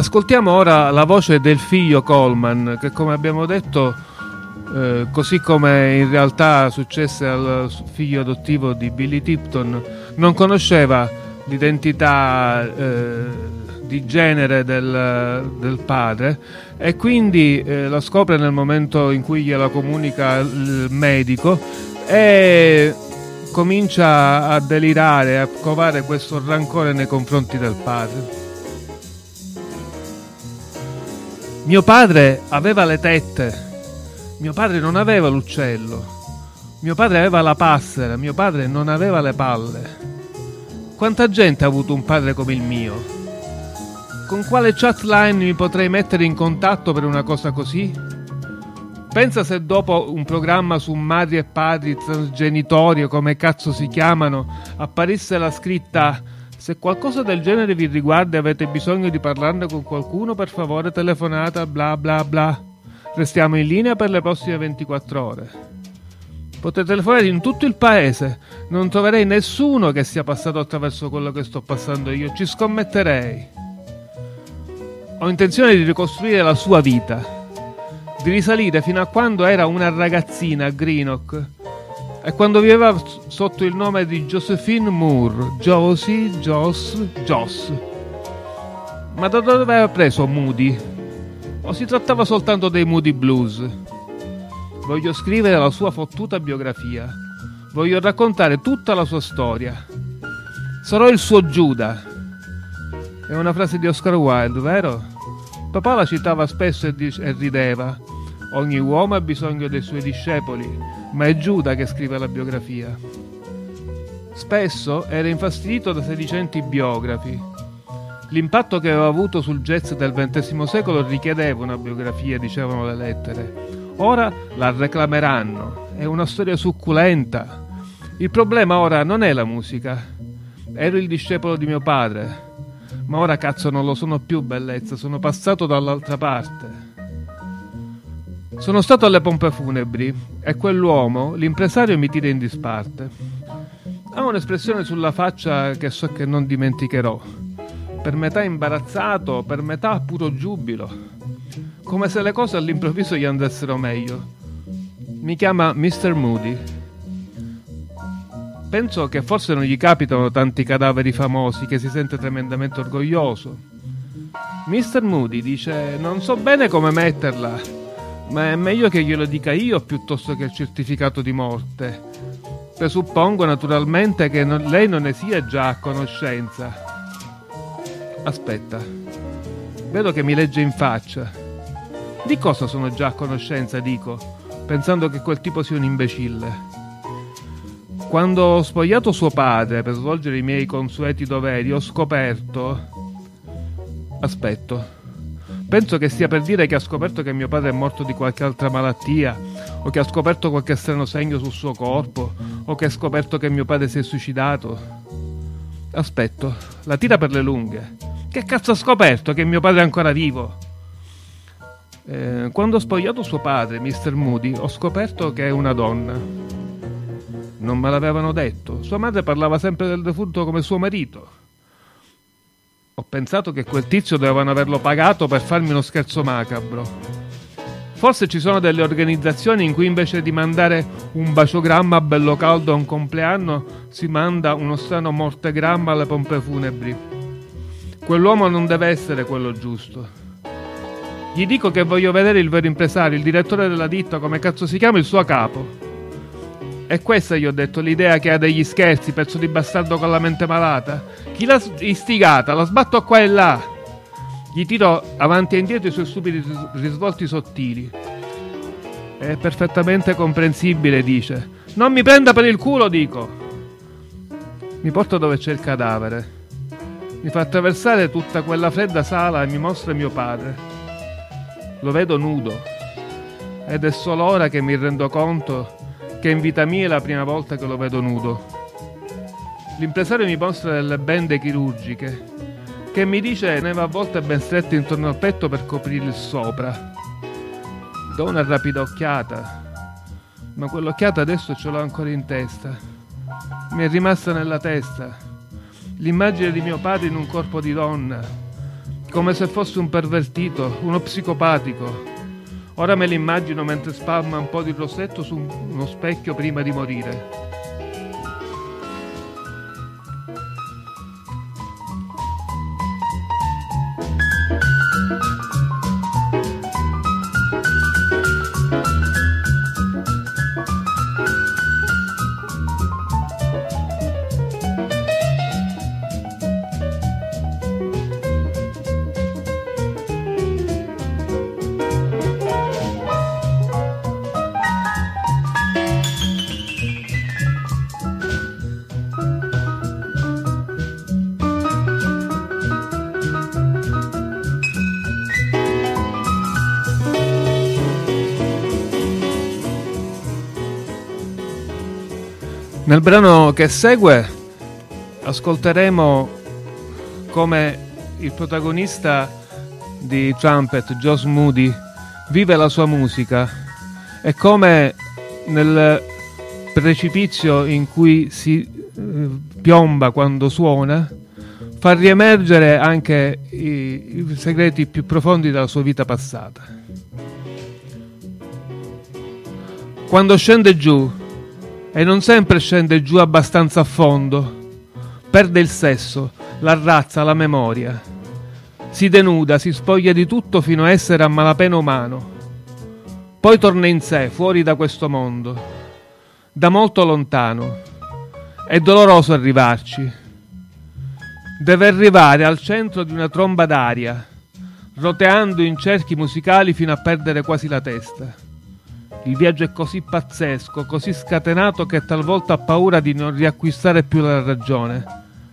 Ascoltiamo ora la voce del figlio Coleman, che come abbiamo detto, eh, così come in realtà successe al figlio adottivo di Billy Tipton, non conosceva l'identità eh, di genere del, del padre, e quindi eh, la scopre nel momento in cui gliela comunica il medico e comincia a delirare, a covare questo rancore nei confronti del padre. Mio padre aveva le tette, mio padre non aveva l'uccello, mio padre aveva la passera, mio padre non aveva le palle. Quanta gente ha avuto un padre come il mio? Con quale chatline mi potrei mettere in contatto per una cosa così? Pensa se dopo un programma su madri e padri transgenitori, o come cazzo si chiamano, apparisse la scritta: se qualcosa del genere vi riguarda e avete bisogno di parlarne con qualcuno, per favore telefonate bla bla bla. Restiamo in linea per le prossime ventiquattro ore. Potete telefonare in tutto il paese. Non troverei nessuno che sia passato attraverso quello che sto passando io. Ci scommetterei. Ho intenzione di ricostruire la sua vita, di risalire fino a quando era una ragazzina a Greenock e quando viveva sotto il nome di Josephine Moore. Josie, Joss, Joss. Ma da dove aveva preso Moody? O si trattava soltanto dei Moody Blues? Voglio scrivere la sua fottuta biografia. Voglio raccontare tutta la sua storia. Sarò il suo Giuda. È una frase di Oscar Wilde, vero? Papà la citava spesso e, dice, e rideva. Ogni uomo ha bisogno dei suoi discepoli, ma è Giuda che scrive la biografia. Spesso era infastidito da sedicenti biografi. L'impatto che aveva avuto sul jazz del ventesimo secolo richiedeva una biografia, dicevano le lettere. Ora la reclameranno. È una storia succulenta. Il problema ora non è la musica. Ero il discepolo di mio padre, ma ora cazzo non lo sono più, bellezza. Sono passato dall'altra parte. Sono stato alle pompe funebri e quell'uomo, l'impresario, mi tira in disparte. Ha un'espressione sulla faccia che so che non dimenticherò. Per metà imbarazzato, per metà puro giubilo. Come se le cose all'improvviso gli andassero meglio. Mi chiama mister Moody. Penso che forse non gli capitano tanti cadaveri famosi, che si sente tremendamente orgoglioso. mister Moody dice: non so bene come metterla, ma è meglio che glielo dica io piuttosto che il certificato di morte. Presuppongo naturalmente che non, lei non ne sia già a conoscenza. Aspetta, vedo che mi legge in faccia. Di cosa sono già a conoscenza, dico, pensando che quel tipo sia un imbecille. Quando ho spogliato suo padre per svolgere i miei consueti doveri, ho scoperto... Aspetto. Penso che stia per dire che ha scoperto che mio padre è morto di qualche altra malattia, o che ha scoperto qualche strano segno sul suo corpo, o che ha scoperto che mio padre si è suicidato. Aspetto, la tira per le lunghe. Che cazzo ha scoperto? Che mio padre è ancora vivo? Eh, quando ho spogliato suo padre, mister Moody, ho scoperto che è una donna. Non me l'avevano detto. Sua madre parlava sempre del defunto come suo marito. Ho pensato che quel tizio dovevano averlo pagato per farmi uno scherzo macabro. Forse ci sono delle organizzazioni in cui invece di mandare un baciogramma bello caldo a un compleanno si manda uno strano mortegramma alle pompe funebri. Quell'uomo non deve essere quello giusto. Gli dico che voglio vedere il vero impresario, il direttore della ditta, come cazzo si chiama, il suo capo. E questa, gli ho detto, l'idea che ha degli scherzi, pezzo di bastardo con la mente malata. Chi l'ha istigata? La sbatto qua e là. Gli tiro avanti e indietro i suoi stupidi risvolti sottili. È perfettamente comprensibile, dice. Non mi prenda per il culo, dico. Mi porta dove c'è il cadavere. Mi fa attraversare tutta quella fredda sala e mi mostra mio padre. Lo vedo nudo. Ed è solo ora che mi rendo conto che in vita mia è la prima volta che lo vedo nudo. L'impresario mi mostra delle bende chirurgiche che mi dice ne va a volte ben strette intorno al petto per coprire il sopra. Do una rapida occhiata, ma quell'occhiata adesso ce l'ho ancora in testa. Mi è rimasta nella testa l'immagine di mio padre in un corpo di donna come se fosse un pervertito, uno psicopatico. Ora me l'immagino mentre spalma un po' di rossetto su uno specchio prima di morire. Nel brano che segue ascolteremo come il protagonista di Trumpet, Josh Moody, vive la sua musica e come nel precipizio in cui si eh, piomba quando suona fa riemergere anche i, i segreti più profondi della sua vita passata. Quando scende giù, e non sempre scende giù abbastanza a fondo, perde il sesso, la razza, la memoria. Si denuda, si spoglia di tutto fino a essere a malapena umano. Poi torna in sé, fuori da questo mondo, da molto lontano. È doloroso arrivarci. Deve arrivare al centro di una tromba d'aria, roteando in cerchi musicali fino a perdere quasi la testa. Il viaggio è così pazzesco, così scatenato che talvolta ha paura di non riacquistare più la ragione.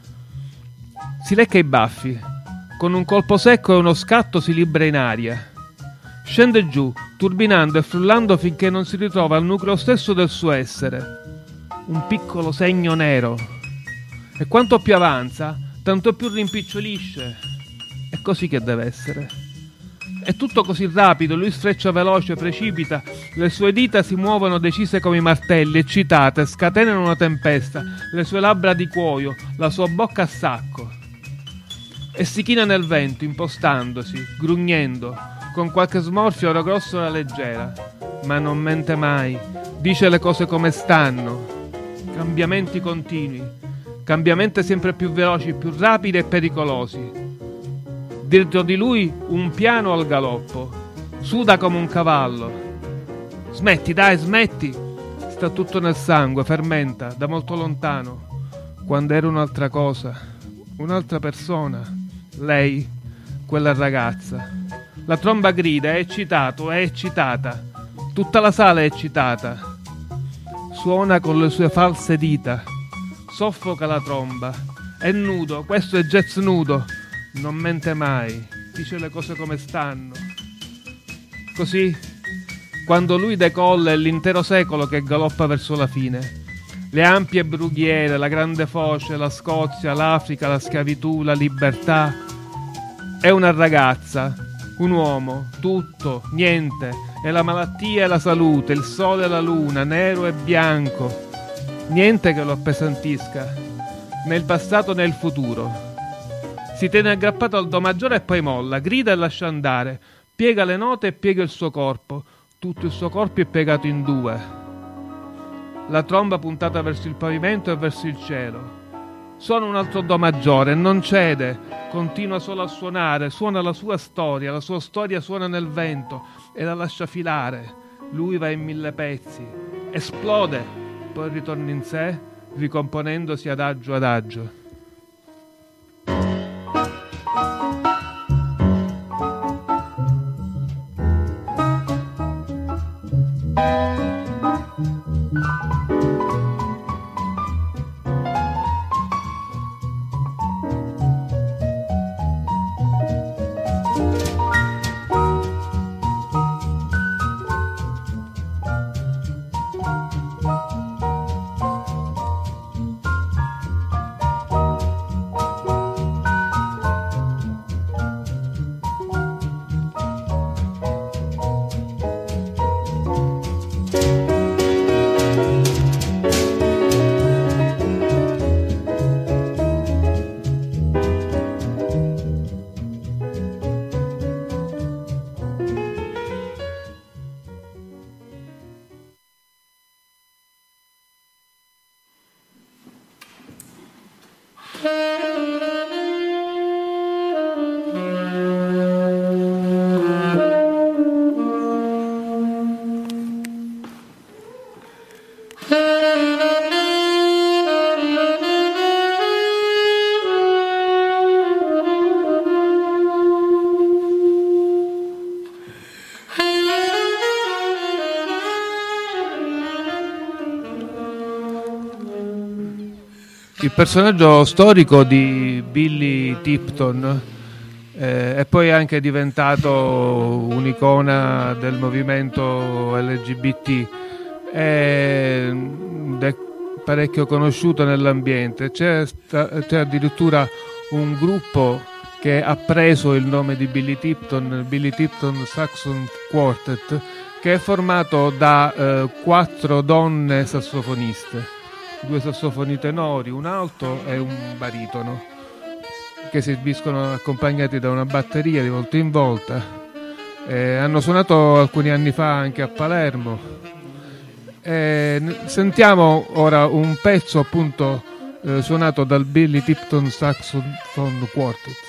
Si lecca i baffi, con un colpo secco e uno scatto si libera in aria. Scende giù, turbinando e frullando finché non si ritrova al nucleo stesso del suo essere. Un piccolo segno nero. E quanto più avanza, tanto più rimpicciolisce. È così che deve essere. È tutto così rapido, lui sfreccia veloce, precipita, le sue dita si muovono decise come i martelli, eccitate, scatenano una tempesta, le sue labbra di cuoio, la sua bocca a sacco. E si china nel vento, impostandosi, grugnendo, con qualche smorfio ora grosso ora leggera, ma non mente mai, dice le cose come stanno. Cambiamenti continui, cambiamenti sempre più veloci, più rapidi e pericolosi. Dietro di lui un piano al galoppo, suda come un cavallo. Smetti, dai, smetti! Sta tutto nel sangue, fermenta, da molto lontano. Quando era un'altra cosa, un'altra persona. Lei, quella ragazza. La tromba grida, è eccitato, è eccitata. Tutta la sala è eccitata. Suona con le sue false dita. Soffoca la tromba. È nudo, questo è jazz nudo. Non mente mai, dice le cose come stanno. Così, quando lui decolla è l'intero secolo che galoppa verso la fine. Le ampie brughiere, la grande foce, la Scozia, l'Africa, la schiavitù, la libertà. È una ragazza, un uomo, tutto, niente. È la malattia e la salute, il sole e la luna, nero e bianco. Niente che lo appesantisca, né il passato né il futuro. Si tiene aggrappato al do maggiore e poi molla, grida e lascia andare, piega le note e piega il suo corpo. Tutto il suo corpo è piegato in due. La tromba puntata verso il pavimento e verso il cielo. Suona un altro do maggiore e non cede, continua solo a suonare, suona la sua storia, la sua storia suona nel vento e la lascia filare. Lui va in mille pezzi, esplode, poi ritorna in sé, ricomponendosi adagio adagio. il personaggio storico di Billy Tipton, eh, è poi anche diventato un'icona del movimento L G B T, è, è parecchio conosciuto nell'ambiente. C'è, c'è addirittura un gruppo che ha preso il nome di Billy Tipton, Billy Tipton Saxon Quartet, che è formato da eh, quattro donne sassofoniste, due sassofoni tenori, un alto e un baritono, che si esibiscono accompagnati da una batteria di volta in volta. Eh, hanno suonato alcuni anni fa anche a Palermo. Eh, sentiamo ora un pezzo appunto eh, suonato dal Billy Tipton Saxophone Quartet.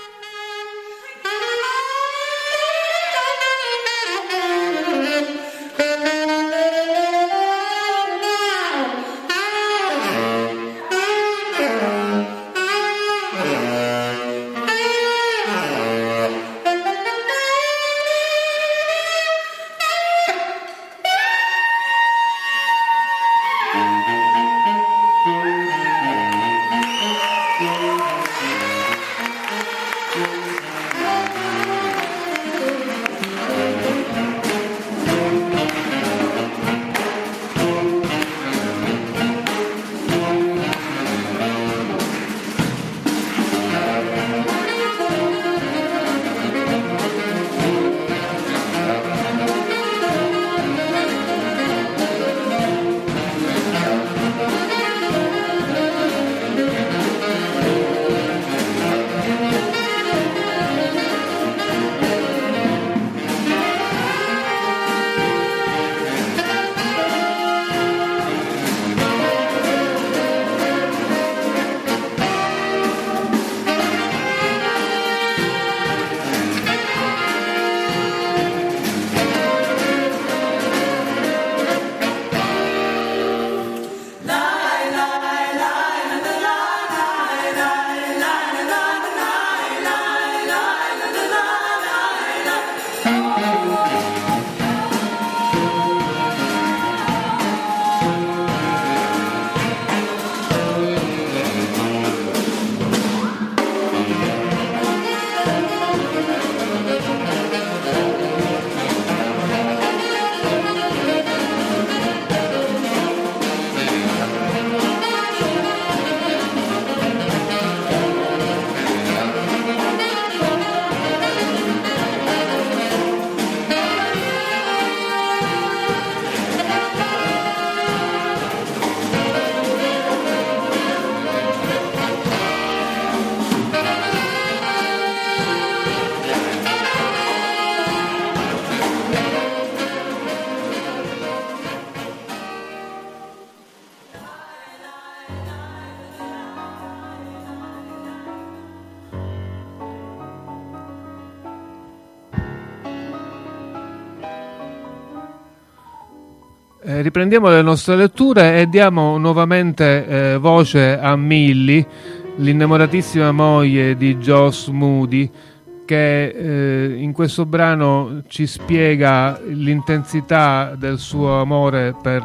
Eh, riprendiamo le nostre letture e diamo nuovamente eh, voce a Millie, l'innamoratissima moglie di Joss Moody, che eh, in questo brano ci spiega l'intensità del suo amore per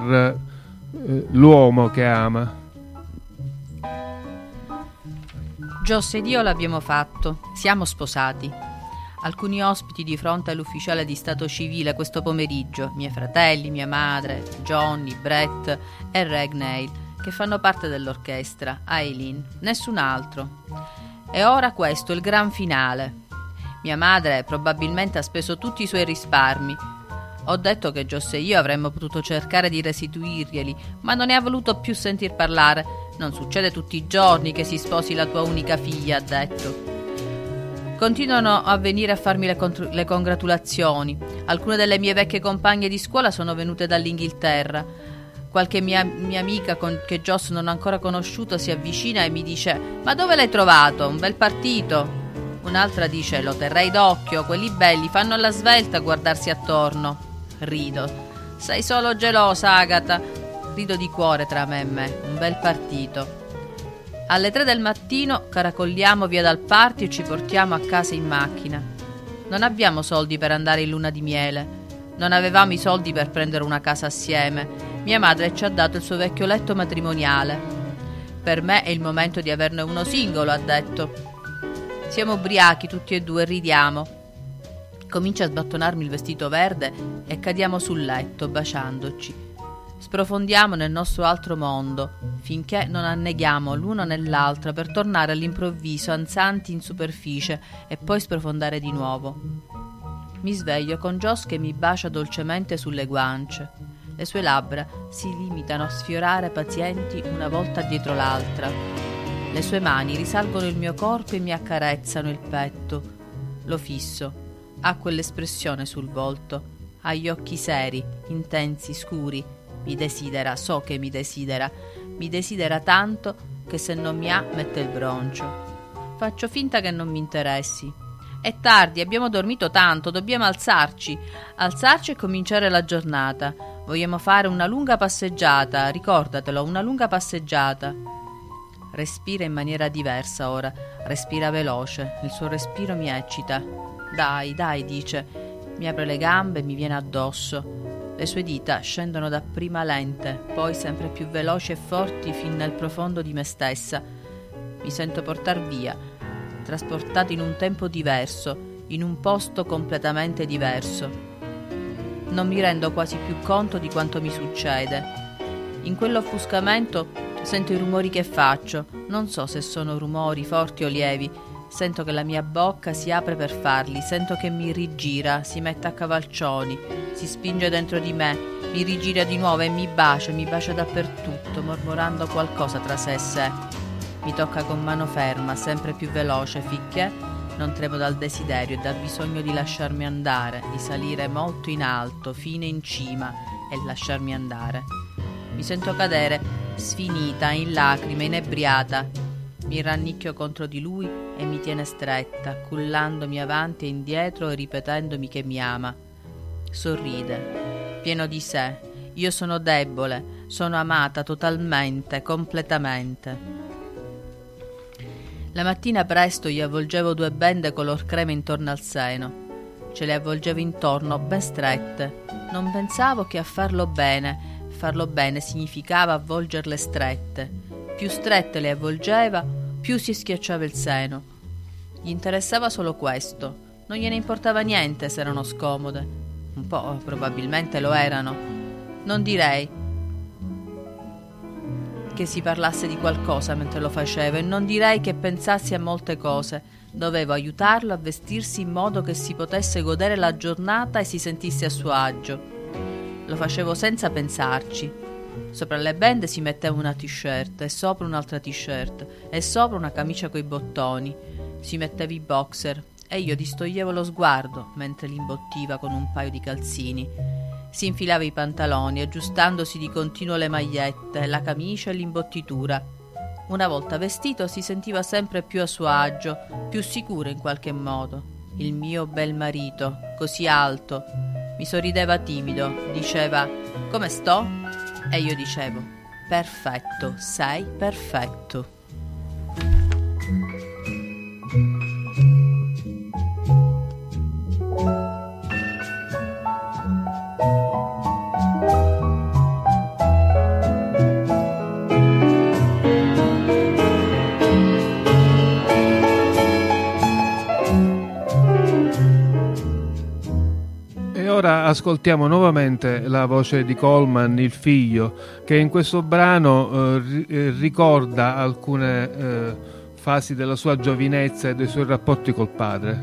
eh, l'uomo che ama. Joss ed io l'abbiamo fatto, siamo sposati. Alcuni ospiti di fronte all'ufficiale di stato civile questo pomeriggio, miei fratelli, mia madre, Johnny, Brett e Ragnale, che fanno parte dell'orchestra, Eileen, nessun altro. E ora questo, il gran finale. Mia madre probabilmente ha speso tutti i suoi risparmi. Ho detto che Joss e io avremmo potuto cercare di restituirglieli, ma non ne ha voluto più sentir parlare. Non succede tutti i giorni che si sposi la tua unica figlia, ha detto. Continuano a venire a farmi le, contr- le congratulazioni. Alcune delle mie vecchie compagne di scuola sono venute dall'Inghilterra. Qualche mia, mia amica con, che Joss non ha ancora conosciuto si avvicina e mi dice: ma dove l'hai trovato? Un bel partito. Un'altra dice: lo terrei d'occhio, quelli belli fanno alla svelta a guardarsi attorno. Rido. Sei solo gelosa, Agatha. Rido di cuore tra me e me. Un bel partito. Alle tre del mattino caracolliamo via dal party e ci portiamo a casa in macchina. Non abbiamo soldi per andare in luna di miele. Non avevamo i soldi per prendere una casa assieme. Mia madre ci ha dato il suo vecchio letto matrimoniale. Per me è il momento di averne uno singolo, ha detto. Siamo ubriachi tutti e due e ridiamo. Comincia a sbattonarmi il vestito verde e cadiamo sul letto, baciandoci. Sprofondiamo nel nostro altro mondo, finché non anneghiamo l'uno nell'altra per tornare all'improvviso ansanti in superficie e poi sprofondare di nuovo. Mi sveglio con Joss che mi bacia dolcemente sulle guance. Le sue labbra si limitano a sfiorare pazienti una volta dietro l'altra. Le sue mani risalgono il mio corpo e mi accarezzano il petto. Lo fisso. Ha quell'espressione sul volto. Ha gli occhi seri, intensi, scuri. Mi desidera, so che mi desidera. Mi desidera tanto che se non mi ha mette il broncio. Faccio finta che non mi interessi. È tardi, abbiamo dormito tanto, dobbiamo alzarci. Alzarci e cominciare la giornata. Vogliamo fare una lunga passeggiata, ricordatelo, una lunga passeggiata. Respira in maniera diversa ora, respira veloce, il suo respiro mi eccita. Dai, dai, dice. Mi apre le gambe e mi viene addosso. Le sue dita scendono dapprima lente, poi sempre più veloci e forti fin nel profondo di me stessa. Mi sento portar via, trasportato in un tempo diverso, in un posto completamente diverso. Non mi rendo quasi più conto di quanto mi succede. In quell'offuscamento sento i rumori che faccio, non so se sono rumori forti o lievi. Sento che la mia bocca si apre per farli, sento che mi rigira, si mette a cavalcioni, si spinge dentro di me, mi rigira di nuovo e mi bacia, mi bacia dappertutto, mormorando qualcosa tra sé e sé. Mi tocca con mano ferma, sempre più veloce, finché non tremo dal desiderio e dal bisogno di lasciarmi andare, di salire molto in alto, fino in cima e lasciarmi andare. Mi sento cadere, sfinita, in lacrime, inebriata. Mi rannicchio contro di lui e mi tiene stretta, cullandomi avanti e indietro e ripetendomi che mi ama. Sorride, pieno di sé. Io sono debole, sono amata totalmente, completamente. La mattina presto gli avvolgevo due bende color crema intorno al seno. Ce le avvolgevo intorno, ben strette. Non pensavo che a farlo bene, farlo bene significava avvolgerle strette. Più strette le avvolgeva, più si schiacciava il seno. Gli interessava solo questo, non gliene importava niente se erano scomode. Un po' probabilmente lo erano. Non direi che si parlasse di qualcosa mentre lo facevo e non direi che pensassi a molte cose. Dovevo aiutarlo a vestirsi in modo che si potesse godere la giornata e si sentisse a suo agio. Lo facevo senza pensarci. Sopra le bende si metteva una t-shirt e sopra un'altra t-shirt e sopra una camicia coi bottoni. Si metteva i boxer e io distoglievo lo sguardo mentre li imbottiva con un paio di calzini. Si infilava i pantaloni, aggiustandosi di continuo le magliette, la camicia e l'imbottitura. Una volta vestito si sentiva sempre più a suo agio, più sicuro in qualche modo. Il mio bel marito, così alto. Mi sorrideva timido, diceva «Come sto?» E io dicevo «Perfetto, sei perfetto». Ora ascoltiamo nuovamente la voce di Coleman, il figlio, che in questo brano eh, ricorda alcune eh, fasi della sua giovinezza e dei suoi rapporti col padre.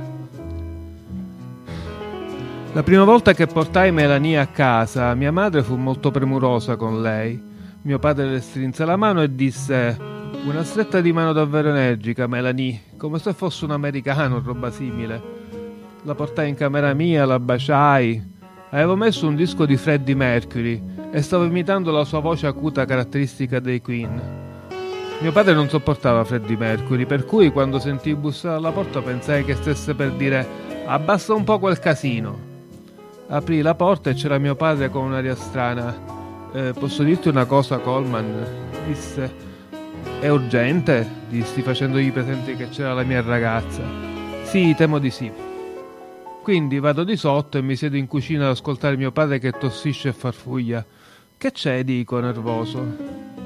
La prima volta che portai Melanie a casa, mia madre fu molto premurosa con lei. Mio padre le strinse la mano e disse: «Una stretta di mano davvero energica, Melanie, come se fosse un americano o roba simile». La portai in camera mia, la baciai. Avevo messo un disco di Freddie Mercury e stavo imitando la sua voce acuta caratteristica dei Queen. Mio padre non sopportava Freddie Mercury, per cui quando sentii bussare alla porta pensai che stesse per dire «Abbassa un po' quel casino». Aprì la porta e c'era mio padre con un'aria strana. Eh, «Posso dirti una cosa, Coleman?» disse. «È urgente?» dissi, facendogli presente che c'era la mia ragazza. «Sì, temo di sì». Quindi vado di sotto e mi siedo in cucina ad ascoltare mio padre che tossisce e farfuglia. «Che c'è?» dico, nervoso.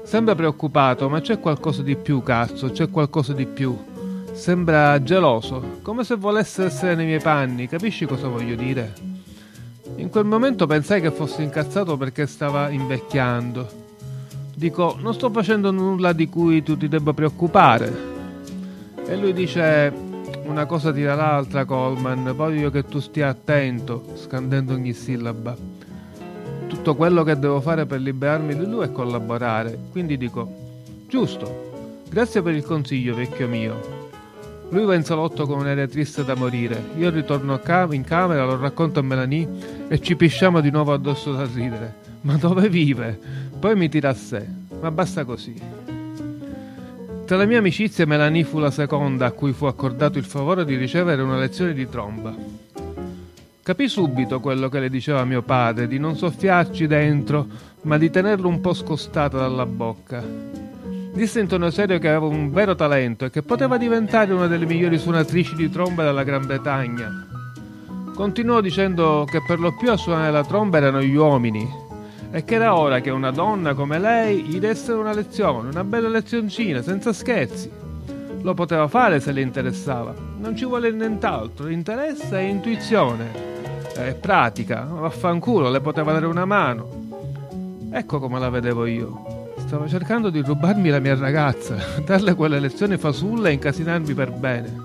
Sembra preoccupato, ma c'è qualcosa di più, cazzo, c'è qualcosa di più. Sembra geloso, come se volesse essere nei miei panni, capisci cosa voglio dire? In quel momento pensai che fosse incazzato perché stava invecchiando. Dico, non sto facendo nulla di cui tu ti debba preoccupare. E lui dice, una cosa tira l'altra, Coleman, voglio che tu stia attento, scandendo ogni sillaba. Tutto quello che devo fare per liberarmi di lui è collaborare, quindi dico, giusto, grazie per il consiglio, vecchio mio. Lui va in salotto con un aria triste da morire, io ritorno a ca- in camera, lo racconto a Melanie e ci pisciamo di nuovo addosso da ridere. Ma dove vive? Poi mi tira a sé, ma basta così. Tra le mie amicizie Melanie fu la seconda a cui fu accordato il favore di ricevere una lezione di tromba. Capì subito quello che le diceva mio padre, di non soffiarci dentro, ma di tenerlo un po' scostata dalla bocca. Disse in tono serio che aveva un vero talento e che poteva diventare una delle migliori suonatrici di tromba della Gran Bretagna. Continuò dicendo che per lo più a suonare la tromba erano gli uomini e che era ora che una donna come lei gli desse una lezione, una bella lezioncina, senza scherzi. Lo poteva fare se le interessava, non ci vuole nient'altro, interesse e intuizione. E pratica, vaffanculo, le poteva dare una mano. Ecco come la vedevo io. Stavo cercando di rubarmi la mia ragazza, darle quelle lezioni fasulle e incasinarmi per bene.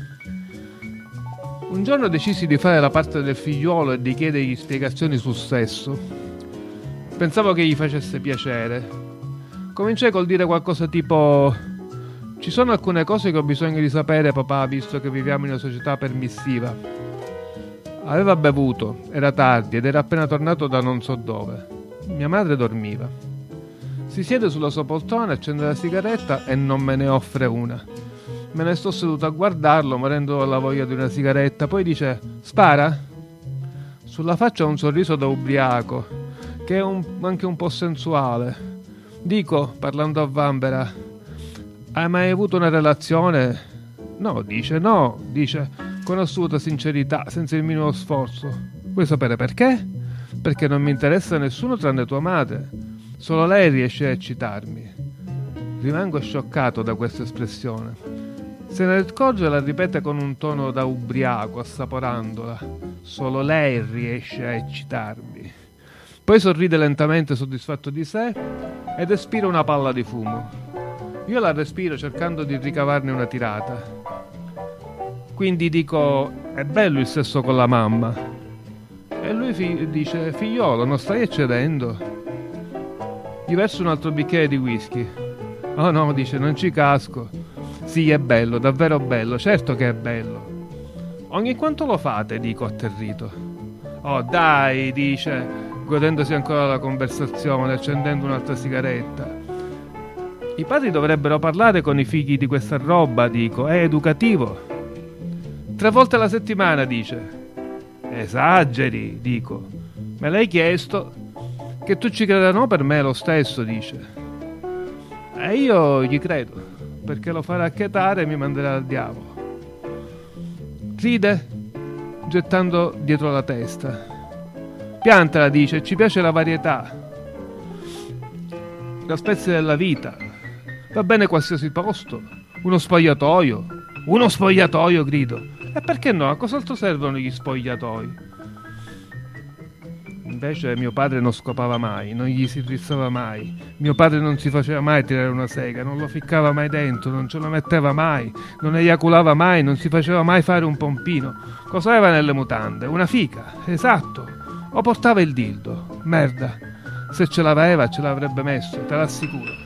Un giorno decisi di fare la parte del figliuolo e di chiedergli spiegazioni sul sesso. Pensavo che gli facesse piacere. Cominciai col dire qualcosa tipo: ci sono alcune cose che ho bisogno di sapere, papà, visto che viviamo in una società permissiva. Aveva bevuto, era tardi ed era appena tornato da non so dove. Mia madre dormiva. Si siede sulla sua poltrona, accende la sigaretta e non me ne offre una. Me ne sto seduto a guardarlo, morendo dalla voglia di una sigaretta. Poi dice: spara? Sulla faccia ha un sorriso da ubriaco, che è un, anche un po' sensuale. Dico, parlando a vanvera: hai mai avuto una relazione? No, dice, no, dice, con assoluta sincerità, senza il minimo sforzo. Vuoi sapere perché? Perché non mi interessa nessuno tranne tua madre. Solo lei riesce a eccitarmi. Rimango scioccato da questa espressione. Se ne accorge e la ripete con un tono da ubriaco, assaporandola. Solo lei riesce a eccitarmi. Poi sorride lentamente, soddisfatto di sé, ed espira una palla di fumo. Io la respiro cercando di ricavarne una tirata. Quindi dico: è bello il sesso con la mamma. E lui fi- dice: figliolo, non stai eccedendo? Gli verso un altro bicchiere di whisky. Oh no, dice, non ci casco. Sì, è bello, davvero bello, certo che è bello. Ogni quanto lo fate? Dico atterrito. Oh dai, dice, godendosi ancora la conversazione, accendendo un'altra sigaretta. I padri dovrebbero parlare con i figli di questa roba, dico, è educativo. Tre volte alla settimana, dice. Esageri, dico. Me l'hai chiesto? Che tu ci creda no, per me è lo stesso, dice. E io gli credo, perché lo farà acchietare e mi manderà al diavolo. Ride, gettando dietro la testa. Piantala, dice, ci piace la varietà. La spezia della vita. Va bene qualsiasi posto. Uno spogliatoio. Uno spogliatoio, grido. E perché no? A cos'altro servono gli spogliatoi? Invece mio padre non scopava mai, non gli si rizzava mai. Mio padre non si faceva mai tirare una sega, non lo ficcava mai dentro, non ce lo metteva mai, non eiaculava mai, non si faceva mai fare un pompino. Cosa aveva nelle mutande? Una fica, esatto. O portava il dildo. Merda. Se ce l'aveva ce l'avrebbe messo, te l'assicuro.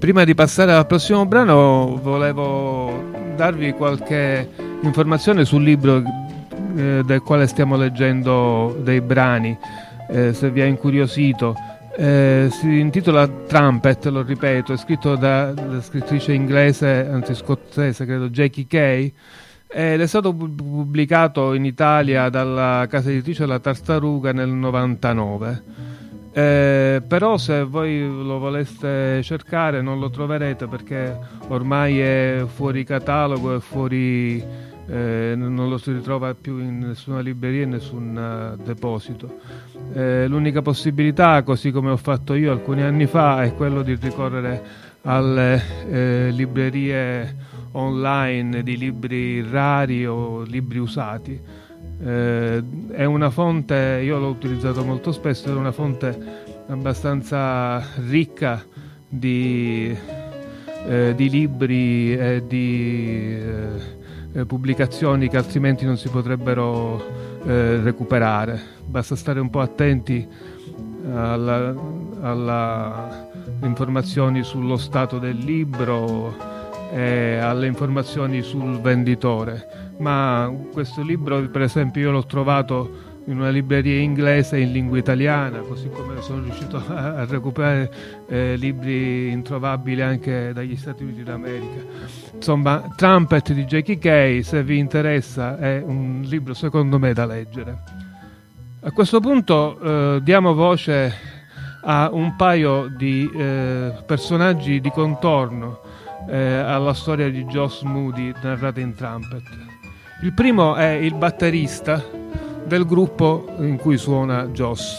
Prima di passare al prossimo brano volevo darvi qualche informazione sul libro eh, del quale stiamo leggendo dei brani, eh, se vi ha incuriosito. Eh, si intitola Trumpet, lo ripeto, è scritto da, da scrittrice inglese, anzi scozzese credo, Jackie Kay, ed è stato pubblicato in Italia dalla casa editrice La Tartaruga nel novantanove. Eh, però se voi lo voleste cercare non lo troverete, perché ormai è fuori catalogo, è fuori, eh, non lo si ritrova più in nessuna libreria, in nessun uh, deposito. Eh, l'unica possibilità, così come ho fatto io alcuni anni fa, è quello di ricorrere alle eh, librerie online di libri rari o libri usati. Eh, è una fonte, io l'ho utilizzato molto spesso, è una fonte abbastanza ricca di, eh, di libri e di eh, pubblicazioni che altrimenti non si potrebbero eh, recuperare. Basta stare un po' attenti alla, alla informazioni sullo stato del libro e alle informazioni sul venditore. Ma questo libro, per esempio, io l'ho trovato in una libreria inglese in lingua italiana, così come sono riuscito a, a recuperare eh, libri introvabili anche dagli Stati Uniti d'America. Insomma, Trumpet di Jackie Kay, se vi interessa, è un libro secondo me da leggere. A questo punto eh, diamo voce a un paio di eh, personaggi di contorno eh, alla storia di Joss Moody narrata in Trumpet. Il primo è il batterista del gruppo in cui suona Joss.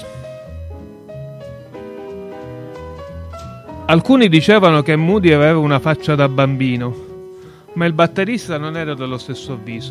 Alcuni dicevano che Moody aveva una faccia da bambino, ma il batterista non era dello stesso avviso.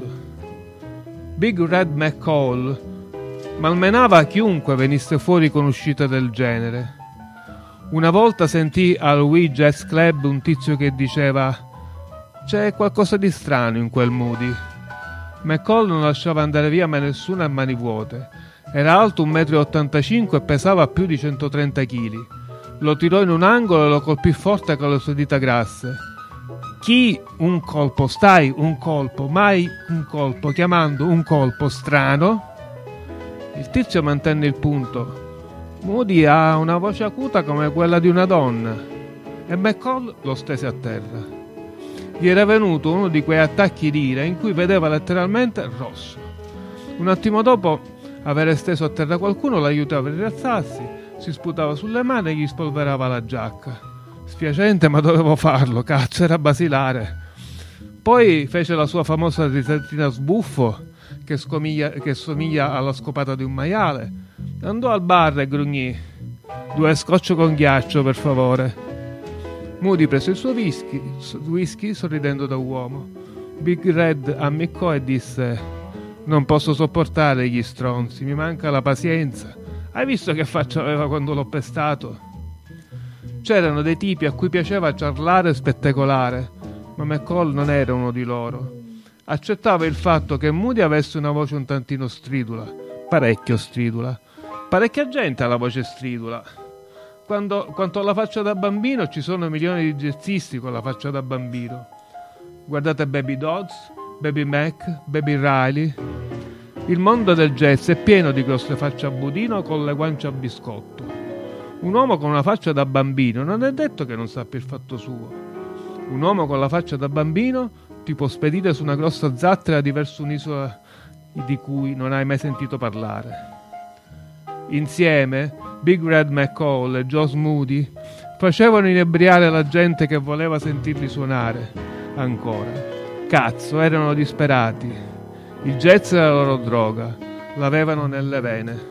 Big Red McCall malmenava chiunque venisse fuori con uscite del genere. Una volta sentì al Wii Jazz Club un tizio che diceva: «C'è qualcosa di strano in quel Moody». McCall non lasciava andare via mai nessuno a mani vuote. Era alto un metro e ottantacinque e pesava più di centotrenta chili. Lo tirò in un angolo e lo colpì forte con le sue dita grasse. «Chi? Un colpo, stai, un colpo, mai un colpo», chiamando un colpo strano. Il tizio mantenne il punto. «Moody ha una voce acuta come quella di una donna». E McCall lo stese a terra. Gli era venuto uno di quei attacchi d'ira in cui vedeva letteralmente rosso. Un attimo dopo aver steso a terra qualcuno l'aiutava a rialzarsi, si sputava sulle mani e gli spolverava la giacca. Spiacente, ma dovevo farlo, cazzo, era basilare. Poi fece la sua famosa risatina sbuffo che, scomiglia, che somiglia alla scopata di un maiale. Andò al bar e grugnì: «Due scotch con ghiaccio, per favore». Moody prese il suo whisky, whisky sorridendo da uomo. Big Red ammiccò e disse: «Non posso sopportare gli stronzi, mi manca la pazienza. Hai visto che faccia aveva quando l'ho pestato?» C'erano dei tipi a cui piaceva ciarlare e spettacolare, ma McCall non era uno di loro. Accettava il fatto che Moody avesse una voce un tantino stridula, parecchio stridula. Parecchia gente ha la voce stridula. Quando, quanto alla faccia da bambino, ci sono milioni di jazzisti con la faccia da bambino. Guardate Baby Dodds, Baby Mac, Baby Riley. Il mondo del jazz è pieno di grosse facce a budino con le guance a biscotto. Un uomo con una faccia da bambino non è detto che non sappia il fatto suo. Un uomo con la faccia da bambino ti può spedire su una grossa zattera verso un'isola di cui non hai mai sentito parlare. Insieme Big Red McCall e Joss Moody facevano inebriare la gente che voleva sentirli suonare ancora. Cazzo, erano disperati. Il jazz era la loro droga, l'avevano nelle vene.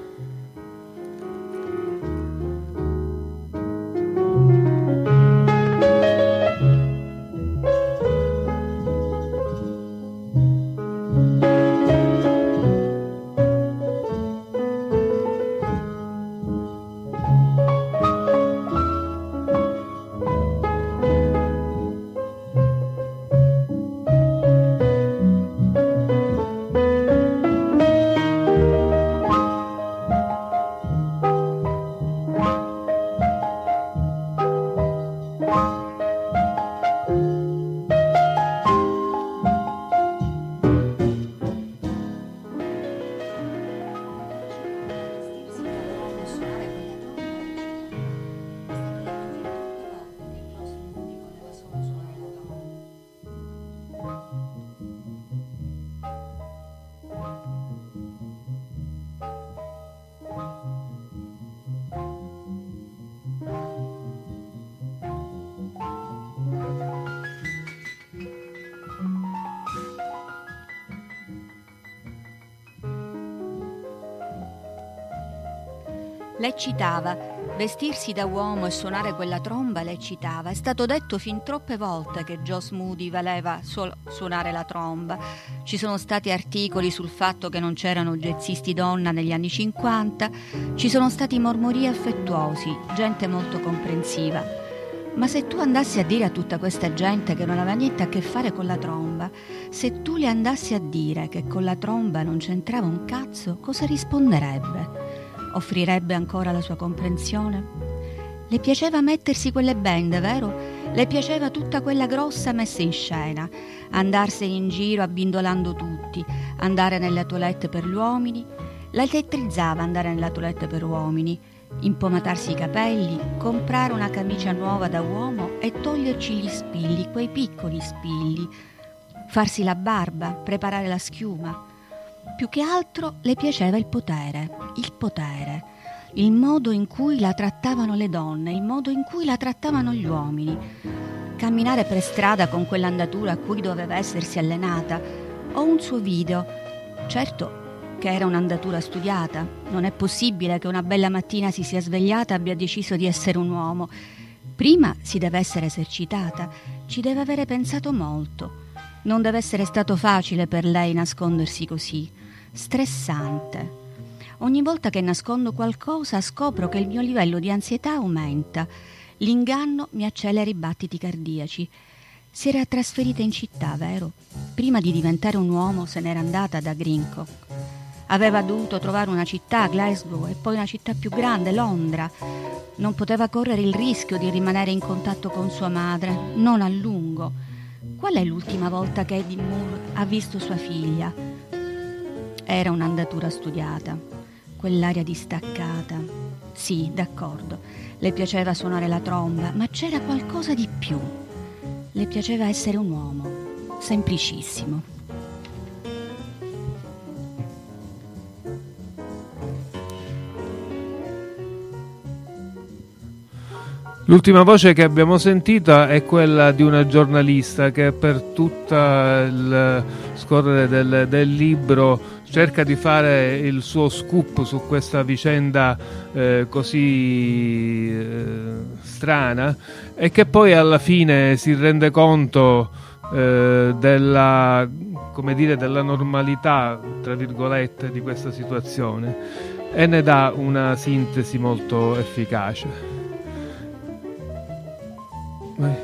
Le eccitava, vestirsi da uomo e suonare quella tromba le eccitava. È stato detto fin troppe volte che Joss Moody valeva solo suonare la tromba. Ci sono stati articoli sul fatto che non c'erano jazzisti donna negli anni cinquanta, ci sono stati mormori affettuosi, gente molto comprensiva. Ma se tu andassi a dire a tutta questa gente che non aveva niente a che fare con la tromba, se tu le andassi a dire che con la tromba non c'entrava un cazzo, cosa risponderebbe? Offrirebbe ancora la sua comprensione? Le piaceva mettersi quelle bende, vero? Le piaceva tutta quella grossa messa in scena, andarsene in giro abbindolando tutti, andare nelle toilette per gli uomini. La elettrizzava andare nella toilette per uomini, impomatarsi i capelli, comprare una camicia nuova da uomo e toglierci gli spilli, quei piccoli spilli, farsi la barba, preparare la schiuma. Più che altro le piaceva il potere, il potere, il modo in cui la trattavano le donne, il modo in cui la trattavano gli uomini. Camminare per strada con quell'andatura a cui doveva essersi allenata, o un suo video. Certo che era un'andatura studiata, non è possibile che una bella mattina si sia svegliata e abbia deciso di essere un uomo. Prima si deve essere esercitata, ci deve avere pensato molto. Non deve essere stato facile per lei nascondersi così, stressante. Ogni volta che nascondo qualcosa scopro che il mio livello di ansietà aumenta. L'inganno mi accelera i battiti cardiaci. Si era trasferita in città, vero? Prima di diventare un uomo se n'era andata da Greencock. Aveva dovuto trovare una città, Glasgow, e poi una città più grande, Londra. Non poteva correre il rischio di rimanere in contatto con sua madre, non a lungo. Qual è l'ultima volta che Eddie Moore ha visto sua figlia? Era un'andatura studiata, quell'aria distaccata. Sì, d'accordo, le piaceva suonare la tromba, ma c'era qualcosa di più. Le piaceva essere un uomo, semplicissimo. L'ultima voce che abbiamo sentito è quella di una giornalista che per tutto il scorrere del, del libro cerca di fare il suo scoop su questa vicenda eh, così eh, strana, e che poi alla fine si rende conto eh, della, come dire, della normalità, tra virgolette, di questa situazione, e ne dà una sintesi molto efficace. Vai.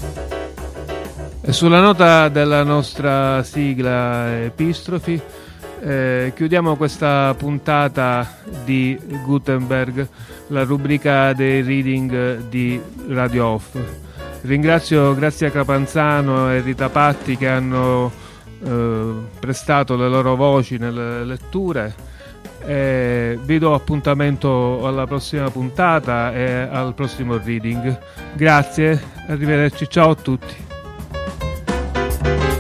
E sulla nota della nostra sigla Epistrofi Eh, chiudiamo questa puntata di Gutenberg, la rubrica dei reading di Radio Off. Ringrazio Grazia Capanzano e Rita Patti che hanno eh, prestato le loro voci nelle letture. Eh, vi do appuntamento alla prossima puntata e al prossimo reading. Grazie, arrivederci, ciao a tutti.